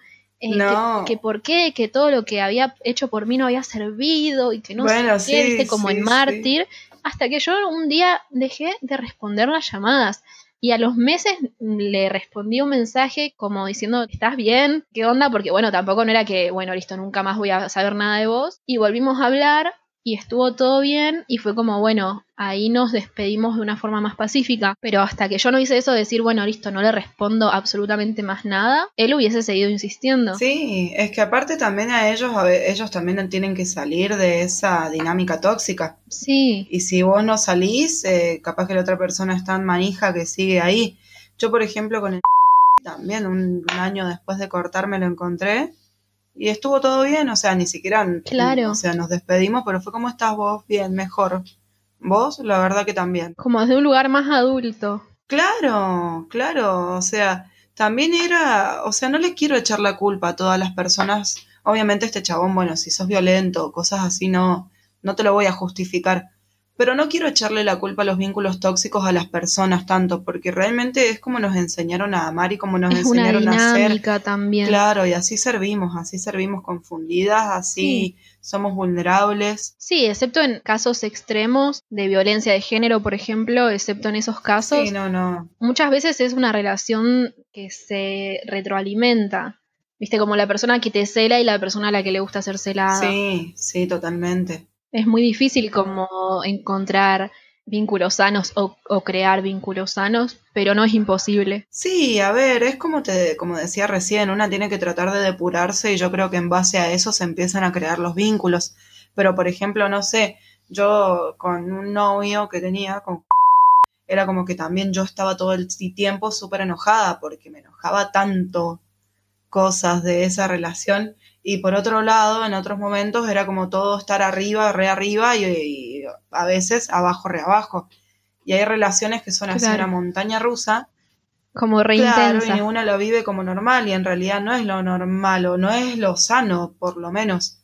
No. que por qué, que todo lo que había hecho por mí no había servido y que no Bueno, sé qué, sí, viste, como sí, el mártir, hasta que yo un día dejé de responder las llamadas. Y a los meses le respondí un mensaje como diciendo, ¿estás bien? ¿Qué onda? Porque bueno, tampoco no era que, bueno, listo, nunca más voy a saber nada de vos. Y volvimos a hablar y estuvo todo bien y fue como, bueno, ahí nos despedimos de una forma más pacífica. Pero hasta que yo no hice eso de decir, bueno, listo, no le respondo absolutamente más nada, él hubiese seguido insistiendo. Sí, es que aparte también ellos también tienen que salir de esa dinámica tóxica. Sí, Y si vos no salís, capaz que la otra persona es tan manija que sigue ahí. Yo, por ejemplo, con el también un año después de cortarme lo encontré y estuvo todo bien, o sea, ni siquiera, claro. o sea, nos despedimos, pero fue ¿cómo estás vos? Bien, mejor. ¿Vos? La verdad que también. Como desde un lugar más adulto. Claro, claro, o sea, también era, o sea, no le quiero echar la culpa a todas las personas. Obviamente este chabón, bueno, si sos violento o cosas así, no te lo voy a justificar. Pero no quiero echarle la culpa a los vínculos tóxicos a las personas tanto, porque realmente es como nos enseñaron a amar y como nos Es una enseñaron a ser. dinámica también. Claro, y así servimos confundidas, así somos vulnerables. Sí, excepto en casos extremos de violencia de género, por ejemplo, excepto en esos casos, Sí, no. muchas veces es una relación que se retroalimenta. Viste, como la persona que te cela y la persona a la que le gusta ser celada. Sí, totalmente. Es muy difícil como encontrar vínculos sanos o crear vínculos sanos, pero no es imposible. Sí, a ver, es como decía recién, una tiene que tratar de depurarse y yo creo que en base a eso se empiezan a crear los vínculos. Pero, por ejemplo, no sé, yo con un novio que tenía, era como que también yo estaba todo el tiempo súper enojada porque me enojaba tanto cosas de esa relación y por otro lado, en otros momentos era como todo estar arriba, re arriba y a veces abajo, re abajo. Y hay relaciones que son así Claro. una montaña rusa. Como re Claro, y intensa. una lo vive como normal y en realidad no es lo normal o no es lo sano, por lo menos.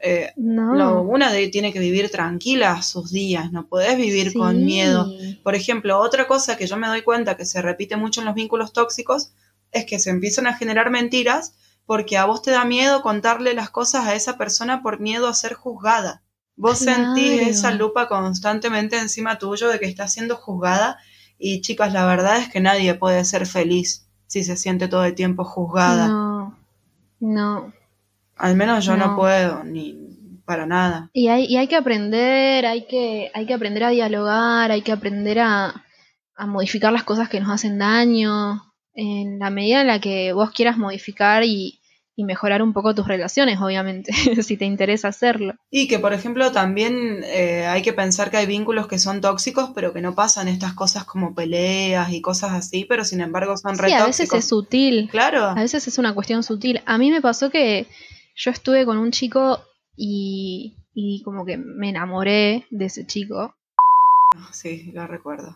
No. Tiene que vivir tranquila sus días, no podés vivir con miedo. Sí. Por ejemplo, otra cosa que yo me doy cuenta que se repite mucho en los vínculos tóxicos es que se empiezan a generar mentiras porque a vos te da miedo contarle las cosas a esa persona por miedo a ser juzgada. Vos sentís esa Claro. lupa constantemente encima tuyo de que estás siendo juzgada y chicas, la verdad es que nadie puede ser feliz si se siente todo el tiempo juzgada. No. Al menos yo no No. puedo, ni para nada. Y hay que aprender, hay que aprender a dialogar, hay que aprender a modificar las cosas que nos hacen daño, en la medida en la que vos quieras modificar y mejorar un poco tus relaciones, obviamente, si te interesa hacerlo. Y que, por ejemplo, también hay que pensar que hay vínculos que son tóxicos, pero que no pasan estas cosas como peleas y cosas así, pero sin embargo son re Sí, a tóxicos. veces es sutil, Claro. a veces es una cuestión sutil. A mí me pasó que yo estuve con un chico y como que me enamoré de ese chico. Sí, lo recuerdo.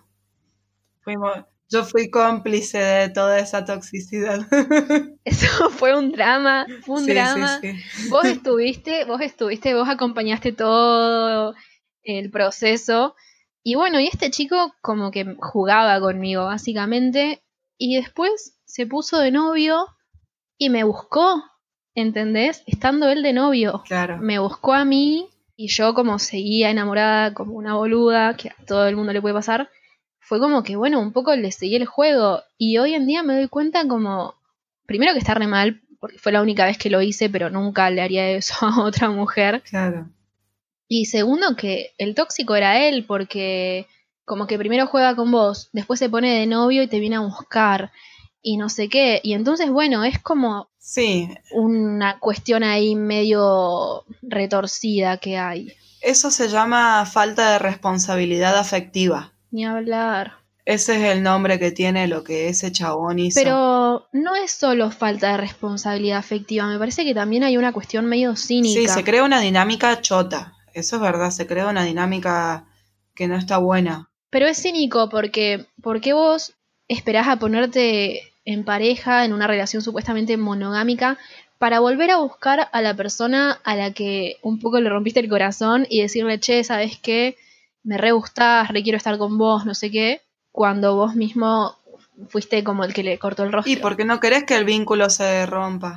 Yo fui cómplice de toda esa toxicidad. Eso fue un drama, Sí. Vos estuviste, vos acompañaste todo el proceso. Y bueno, y este chico como que jugaba conmigo, básicamente. Y después se puso de novio y me buscó, ¿entendés? Estando él de novio. Claro. Me buscó a mí y yo como seguía enamorada como una boluda, que a todo el mundo le puede pasar, fue como que, bueno, un poco le seguí el juego. Y hoy en día me doy cuenta como, primero que está re mal, porque fue la única vez que lo hice, pero nunca le haría eso a otra mujer. Claro. Y segundo que el tóxico era él, porque como que primero juega con vos, después se pone de novio y te viene a buscar y no sé qué. Y entonces, bueno, es como Sí. una cuestión ahí medio retorcida que hay. Eso se llama falta de responsabilidad afectiva. Ni hablar. Ese es el nombre que tiene lo que ese chabón hizo. Pero no es solo falta de responsabilidad afectiva, me parece que también hay una cuestión medio cínica. Sí, se crea una dinámica chota. Eso es verdad, se crea una dinámica que no está buena. Pero es cínico porque vos esperás a ponerte en pareja, en una relación supuestamente monogámica, para volver a buscar a la persona a la que un poco le rompiste el corazón y decirle, che, ¿sabes qué? Me re gustás, re quiero estar con vos, no sé qué, cuando vos mismo fuiste como el que le cortó el rostro. ¿Y por qué no querés que el vínculo se rompa?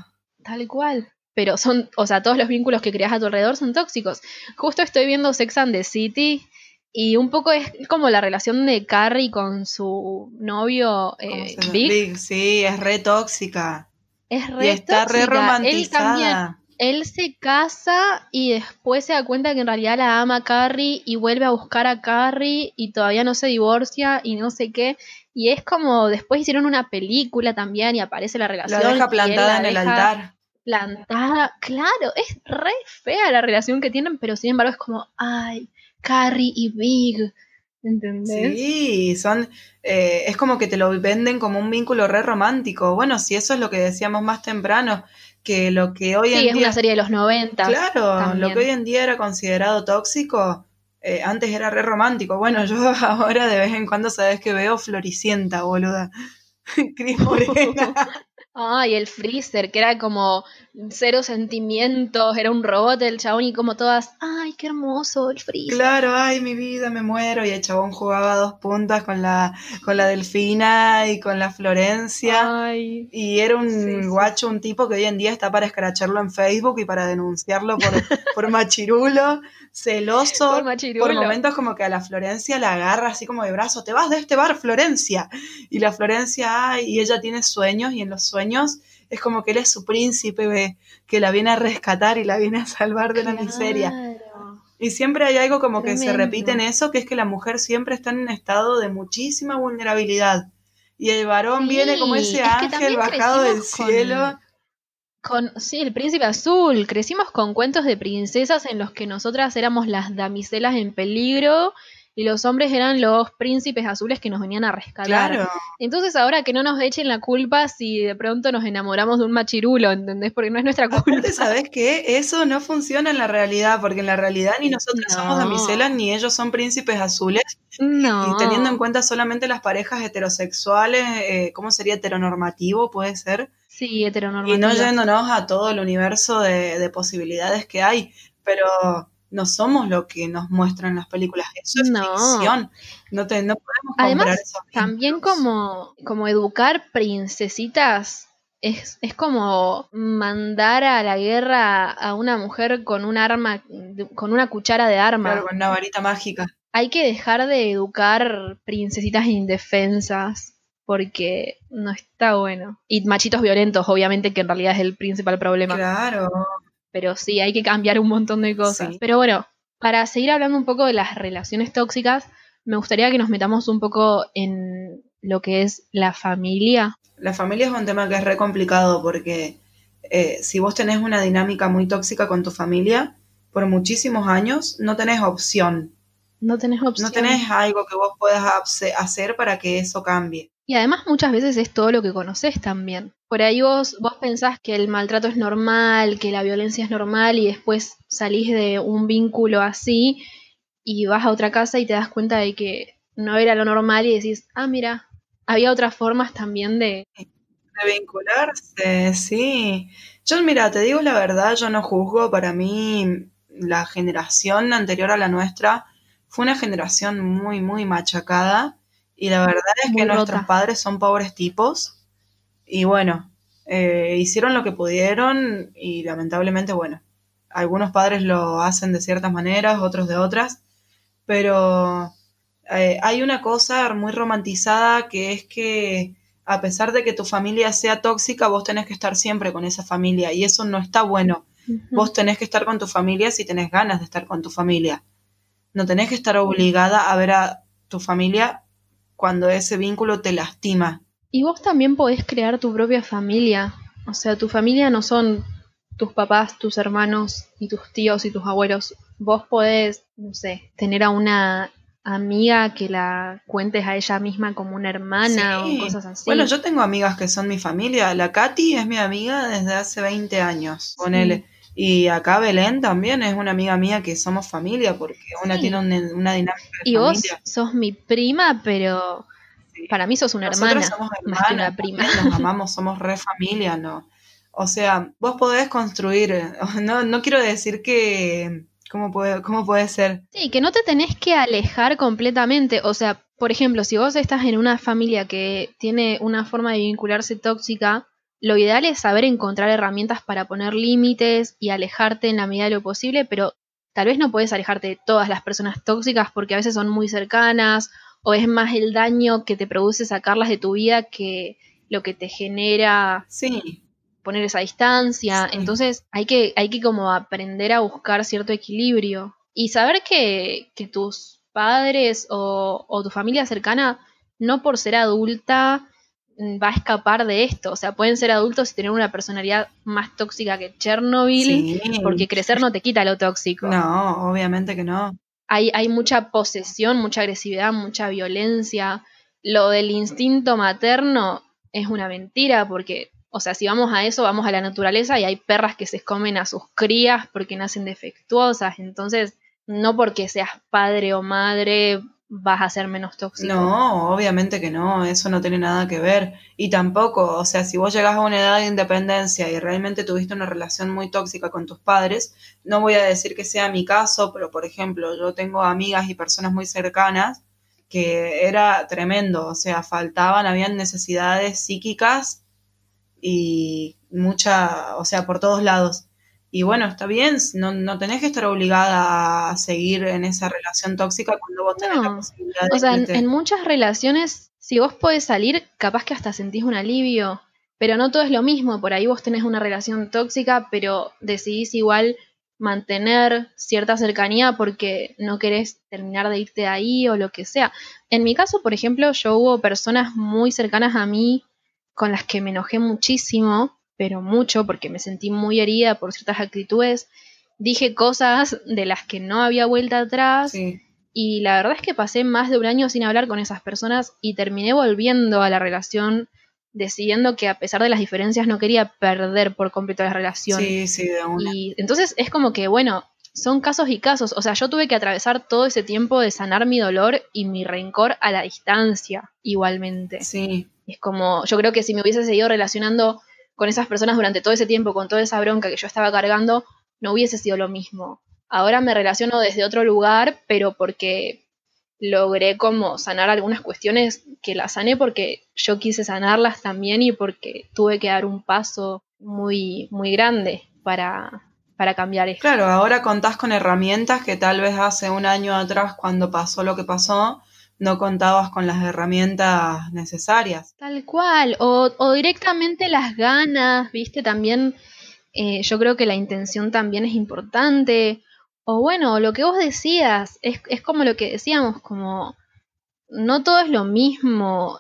Tal cual. Pero son, o sea, todos los vínculos que creas a tu alrededor son tóxicos. Justo estoy viendo Sex and the City y un poco es como la relación de Carrie con su novio Big. Big, sí, es re tóxica. Es Y re está re tóxica. Él también. romantizada. Él se casa y después se da cuenta que en realidad la ama a Carrie y vuelve a buscar a Carrie y todavía no se divorcia y no sé qué. Y es como después hicieron una película también y aparece la relación. La deja y él plantada la en el deja altar. plantada. Claro, es re fea la relación que tienen, pero sin embargo es como, ay, Carrie y Big. ¿Entendés? Sí, es como que te lo venden como un vínculo re romántico. Bueno, si eso es lo que decíamos más temprano, que lo que hoy Sí, en es día, una serie de los 90 claro, lo que hoy también. en día era considerado tóxico, antes era re romántico. Bueno, yo ahora de vez en cuando sabes que veo Floricienta, boluda. Cris Morena. Ay, el Freezer, que era como cero sentimientos, era un robot el chabón y como todas, ay, qué hermoso el Freezer. Claro, ay, mi vida, me muero. Y el chabón jugaba a 2 puntas con la Delfina y con la Florencia. Ay, Y era sí, un sí, guacho, un tipo que hoy en día está para escracharlo en Facebook y para denunciarlo por machirulo, por celoso. Por machirulo. momentos como que a la Florencia la agarra así como de brazo, te vas de este bar, Florencia. Y la Florencia, ay, y ella tiene sueños y en los sueños es como que él es su príncipe, que la viene a rescatar y la viene a salvar de la miseria. Claro, Y siempre hay algo como que se repite en tremendo. eso, que es que la mujer siempre está en un estado de muchísima vulnerabilidad. Y el varón viene como Sí, ese es que ángel también bajado del crecimos cielo. sí, el príncipe azul, crecimos con cuentos de princesas en los que nosotras éramos las damiselas en peligro y los hombres eran los príncipes azules que nos venían a rescatar. Claro. Entonces ahora que no nos echen la culpa si de pronto nos enamoramos de un machirulo, ¿entendés? Porque no es nuestra Aparte, culpa. ¿sabés qué? Eso no funciona en la realidad, porque en la realidad ni nosotras somos damiselas No, ni ellos son príncipes azules. Y teniendo en no. cuenta solamente las parejas heterosexuales, ¿cómo sería heteronormativo? Puede ser. Sí, Y no heteronormativas. yéndonos a todo el universo de posibilidades que hay, pero no somos lo que nos muestran las películas, eso es No. ficción, no podemos comprar Además, esos también vínculos. como educar princesitas es como mandar a la guerra a una mujer con un arma, con una cuchara de Claro, arma. con una varita mágica. Hay que dejar de educar princesitas indefensas porque no está bueno. Y machitos violentos, obviamente, que en realidad es el principal problema. Claro, Pero sí, hay que cambiar un montón de cosas. sí. Pero bueno, para seguir hablando un poco de las relaciones tóxicas, me gustaría que nos metamos un poco en lo que es la familia. La familia es un tema que es re complicado porque si vos tenés una dinámica muy tóxica con tu familia, por muchísimos años no tenés opción, No tenés no opción. tenés algo que vos puedas hacer para que eso cambie. Y además muchas veces es todo lo que conoces también. Por ahí vos pensás que el maltrato es normal, que la violencia es normal y después salís de un vínculo así y vas a otra casa y te das cuenta de que no era lo normal y decís, ah, mira, había otras formas también de... De vincularse, sí. Yo, mira, te digo la verdad, yo no juzgo. Para mí, la generación anterior a la nuestra fue una generación muy, muy machacada. Y la verdad es que muy nuestros rota. padres son pobres tipos. Y bueno, hicieron lo que pudieron. Y lamentablemente, bueno, algunos padres lo hacen de ciertas maneras, otros de otras. Pero hay una cosa muy romantizada que es que a pesar de que tu familia sea tóxica, vos tenés que estar siempre con esa familia y eso no está bueno. Ujú. Vos tenés que estar con tu familia si tenés ganas de estar con tu familia. No tenés que estar obligada a ver a tu familia cuando ese vínculo te lastima. Y vos también podés crear tu propia familia. O sea, tu familia no son tus papás, tus hermanos, y tus tíos y tus abuelos. Vos podés, no sé, tener a una amiga que la cuentes a ella misma como una hermana o Sí. cosas Bueno, así. yo tengo amigas que son mi familia. La Katy es mi amiga desde hace 20 años, Sí, ponele. Y acá Belén también es una amiga mía que somos familia porque una tiene sí. una dinámica de Y vos familia. sos mi prima, pero Sí. para mí sos una Nosotras hermana, somos más que hermanas una prima. también, nos amamos, somos re familia, ¿no? O sea, vos podés construir, no quiero decir que, ¿cómo puede ser? Sí, que no te tenés que alejar completamente. O sea, por ejemplo, si vos estás en una familia que tiene una forma de vincularse tóxica, lo ideal es saber encontrar herramientas para poner límites y alejarte en la medida de lo posible, pero tal vez no puedes alejarte de todas las personas tóxicas porque a veces son muy cercanas o es más el daño que te produce sacarlas de tu vida que lo que te genera Sí, poner esa distancia. sí. Entonces hay que como aprender a buscar cierto equilibrio y saber que tus padres o tu familia cercana, no por ser adulta, va a escapar de esto. O sea, pueden ser adultos y tener una personalidad más tóxica que Chernobyl, Sí, porque crecer no te quita lo tóxico. no, obviamente que no. Hay mucha posesión, mucha agresividad, mucha violencia. Lo del instinto materno es una mentira porque, o sea, si vamos a eso, vamos a la naturaleza y hay perras que se comen a sus crías porque nacen defectuosas. Entonces, no porque seas padre o madre vas a ser menos tóxico. No, obviamente que no, eso no tiene nada que ver. Y tampoco, o sea, si vos llegás a una edad de independencia y realmente tuviste una relación muy tóxica con tus padres, no voy a decir que sea mi caso, pero por ejemplo, yo tengo amigas y personas muy cercanas que era tremendo, o sea, faltaban, habían necesidades psíquicas y mucha, o sea, por todos lados. Y bueno, está bien, no tenés que estar obligada a seguir en esa relación tóxica cuando vos tenés la No, posibilidad o de sea, irte. en muchas relaciones, si vos podés salir, capaz que hasta sentís un alivio, pero no todo es lo mismo, por ahí vos tenés una relación tóxica, pero decidís igual mantener cierta cercanía porque no querés terminar de irte de ahí o lo que sea. En mi caso, por ejemplo, yo hubo personas muy cercanas a mí con las que me enojé muchísimo, pero mucho, porque me sentí muy herida por ciertas actitudes. Dije cosas de las que no había vuelta atrás Sí. y la verdad es que pasé más de un año sin hablar con esas personas y terminé volviendo a la relación, decidiendo que a pesar de las diferencias no quería perder por completo la relación. Sí, sí, de una. Y entonces es como que, bueno, son casos y casos. O sea, yo tuve que atravesar todo ese tiempo de sanar mi dolor y mi rencor a la distancia, igualmente. Sí, Es como, yo creo que si me hubiese seguido relacionando con esas personas durante todo ese tiempo, con toda esa bronca que yo estaba cargando, no hubiese sido lo mismo. Ahora me relaciono desde otro lugar, pero porque logré como sanar algunas cuestiones que las sané porque yo quise sanarlas también y porque tuve que dar un paso muy, muy grande para cambiar esto. claro, ahora contás con herramientas que tal vez hace un año atrás, cuando pasó lo que pasó, no contabas con las herramientas necesarias. Tal cual, o directamente las ganas, viste, también yo creo que la intención también es importante. O bueno, lo que vos decías, es como lo que decíamos, como no todo es lo mismo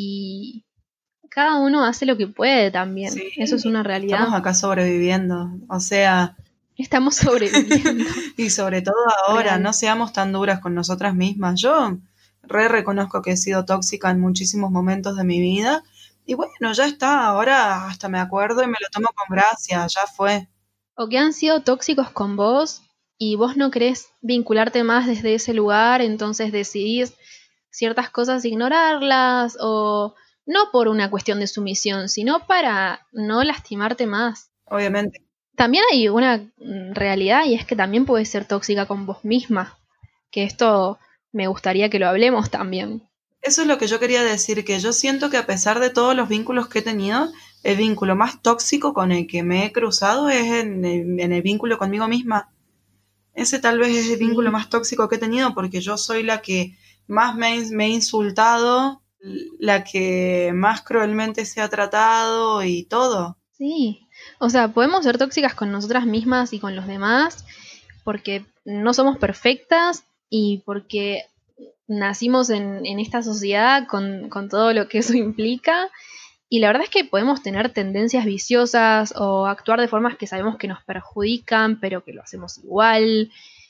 y cada uno hace lo que puede también. Sí, Eso es una estamos realidad. acá sobreviviendo. O sea, Estamos sobreviviendo. y sobre todo ahora, no Real. seamos tan duras con nosotras mismas. Yo reconozco que he sido tóxica en muchísimos momentos de mi vida. Y bueno, ya está, ahora hasta me acuerdo y me lo tomo con gracia, ya fue. O que han sido tóxicos con vos y vos no querés vincularte más desde ese lugar, entonces decidís ciertas cosas ignorarlas o no por una cuestión de sumisión, sino para no lastimarte más. Obviamente. También hay una realidad y es que también puedes ser tóxica con vos misma, que esto me gustaría que lo hablemos también. Eso es lo que yo quería decir, que yo siento que a pesar de todos los vínculos que he tenido, el vínculo más tóxico con el que me he cruzado es en el vínculo conmigo misma. Ese tal vez es el vínculo Sí, más tóxico que he tenido porque yo soy la que más me he insultado, la que más cruelmente se ha tratado y todo. sí. O sea, podemos ser tóxicas con nosotras mismas y con los demás porque no somos perfectas y porque nacimos en esta sociedad con todo lo que eso implica. Y la verdad es que podemos tener tendencias viciosas o actuar de formas que sabemos que nos perjudican, pero que lo hacemos igual.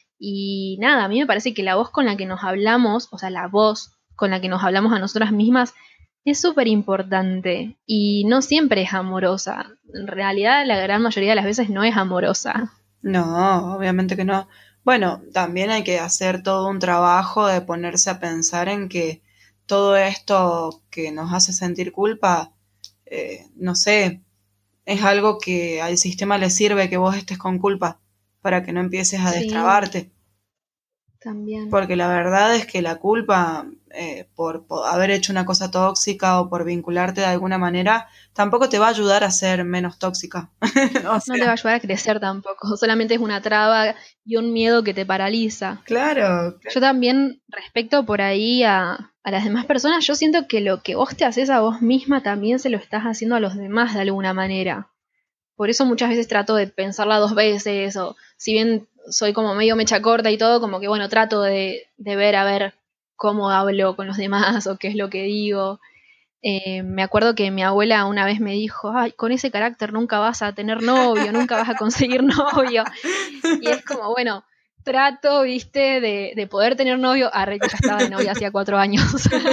Y nada, a mí me parece que la voz con la que nos hablamos, o sea, la voz con la que nos hablamos a nosotras mismas, es súper importante y no siempre es amorosa. En realidad, la gran mayoría de las veces no es amorosa. No, obviamente que no. Bueno, también hay que hacer todo un trabajo de ponerse a pensar en que todo esto que nos hace sentir culpa, no sé, es algo que al sistema le sirve que vos estés con culpa para que no empieces a Sí, destrabarte. También. Porque la verdad es que la culpa por haber hecho una cosa tóxica o por vincularte de alguna manera tampoco te va a ayudar a ser menos tóxica. No te va a ayudar a crecer tampoco, solamente es una traba y un miedo que te paraliza. Claro. Yo también, respecto por ahí a las demás personas, yo siento que lo que vos te haces a vos misma también se lo estás haciendo a los demás de alguna manera. Por eso muchas veces trato de pensarla 2 veces, o si bien soy como medio mecha corta y todo, como que bueno, trato de ver a ver cómo hablo con los demás o qué es lo que digo. Me acuerdo que mi abuela una vez me dijo, ay, con ese carácter nunca vas a tener novio, nunca vas a conseguir novio. Y es como, bueno, trato, viste, de poder tener novio. Arre, que ya estaba de novia hacía 4 años.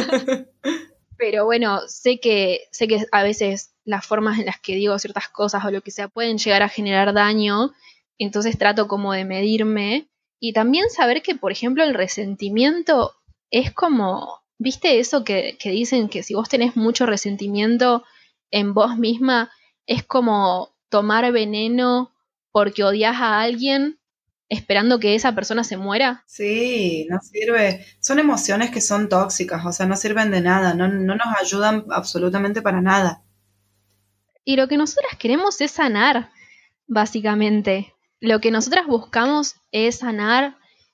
Pero bueno, sé que a veces las formas en las que digo ciertas cosas o lo que sea pueden llegar a generar daño, entonces trato como de medirme y también saber que, por ejemplo, el resentimiento es como, ¿viste eso que dicen que si vos tenés mucho resentimiento en vos misma, es como tomar veneno porque odias a alguien esperando que esa persona se muera? Sí, no sirve. Son emociones que son tóxicas, o sea, no sirven de nada, no nos ayudan absolutamente para nada. Y lo que nosotras queremos es sanar, básicamente. Lo que nosotras buscamos es sanar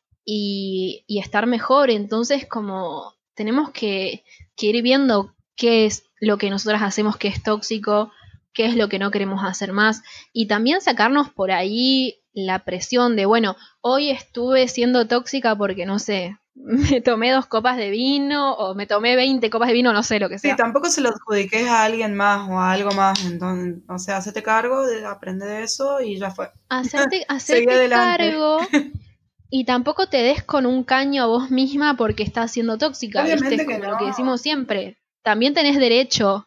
y estar mejor. Entonces, como tenemos que ir viendo qué es lo que nosotras hacemos que es tóxico, qué es lo que no queremos hacer más. Y también sacarnos por ahí la presión de, bueno, hoy estuve siendo tóxica porque, no sé, me tomé 2 copas de vino o me tomé 20 copas de vino, no sé lo que sea. Sí, tampoco se lo adjudiques a alguien más o a algo más, entonces, o sea, hacete cargo, aprende de eso y ya fue. Hacerte Seguí adelante. cargo y tampoco te des con un caño a vos misma porque estás siendo tóxica, Obviamente ¿viste? que Como no. lo que decimos siempre. También tenés derecho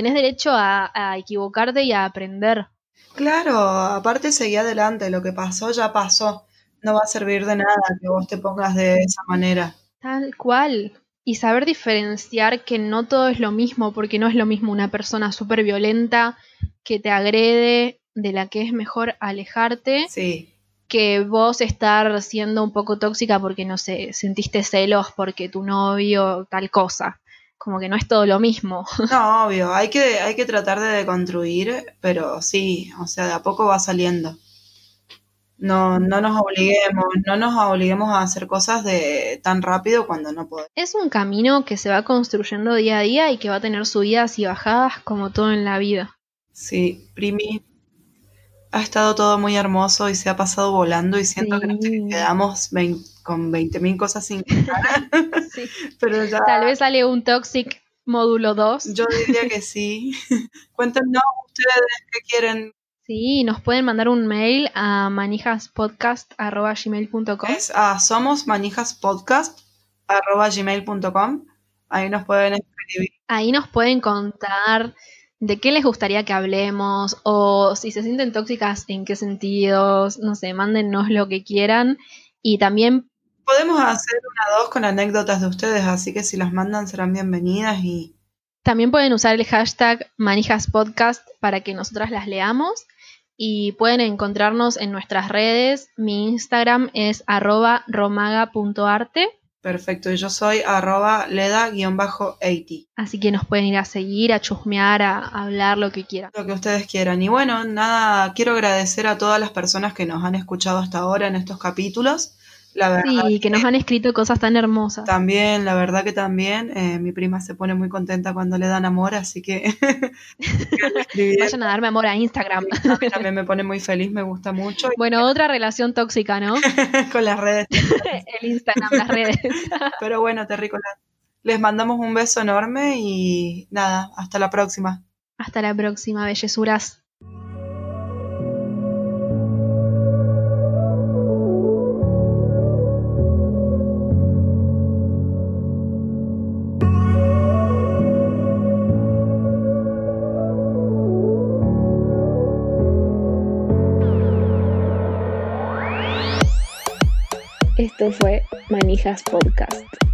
a equivocarte y a aprender. Claro, aparte seguí adelante, lo que pasó ya pasó, no va a servir de nada que vos te pongas de esa manera. Tal cual. Y saber diferenciar que no todo es lo mismo, porque no es lo mismo una persona súper violenta que te agrede, de la que es mejor alejarte, Sí. que vos estar siendo un poco tóxica porque, no sé, sentiste celos porque tu novio tal cosa. Como que no es todo lo mismo. No, obvio, hay que tratar de deconstruir, pero sí, o sea, de a poco va saliendo. No nos obliguemos a hacer cosas de tan rápido cuando no podemos. Es un camino que se va construyendo día a día y que va a tener subidas y bajadas como todo en la vida. Sí, Primi, ha estado todo muy hermoso y se ha pasado volando y siento que nos quedamos con 20.000 cosas sin contar, Sí. pero ya Tal vez sale un Toxic módulo 2. yo diría que sí. Cuéntenos ustedes qué quieren. Sí, nos pueden mandar un mail a manijaspodcast@gmail.com. Es a somosmanijaspodcast@gmail.com. Ahí nos pueden escribir. Ahí nos pueden contar de qué les gustaría que hablemos o si se sienten tóxicas, en qué sentidos, no sé, mándennos lo que quieran y también Podemos hacer 2 con anécdotas de ustedes, así que si las mandan serán bienvenidas y pueden usar el hashtag manijaspodcast para que nosotras las leamos y pueden encontrarnos en nuestras redes. Mi Instagram es @romaga.arte. perfecto, y yo soy @leda_80. Así que nos pueden ir a seguir, a chusmear, a hablar lo que quieran. Lo que ustedes quieran. Y bueno, nada, quiero agradecer a todas las personas que nos han escuchado hasta ahora en estos capítulos. La verdad Sí, que nos han escrito cosas tan hermosas. también, la verdad que también, mi prima se pone muy contenta cuando le dan amor, así que Vayan a darme amor a Instagram. a mí también me pone muy feliz, me gusta mucho. Bueno, otra relación tóxica, ¿no? Con las redes. El Instagram, las redes. Pero bueno, terrícolas. Les mandamos un beso enorme y nada, hasta la próxima. Hasta la próxima, bellezuras. Esto fue Manijas Podcast.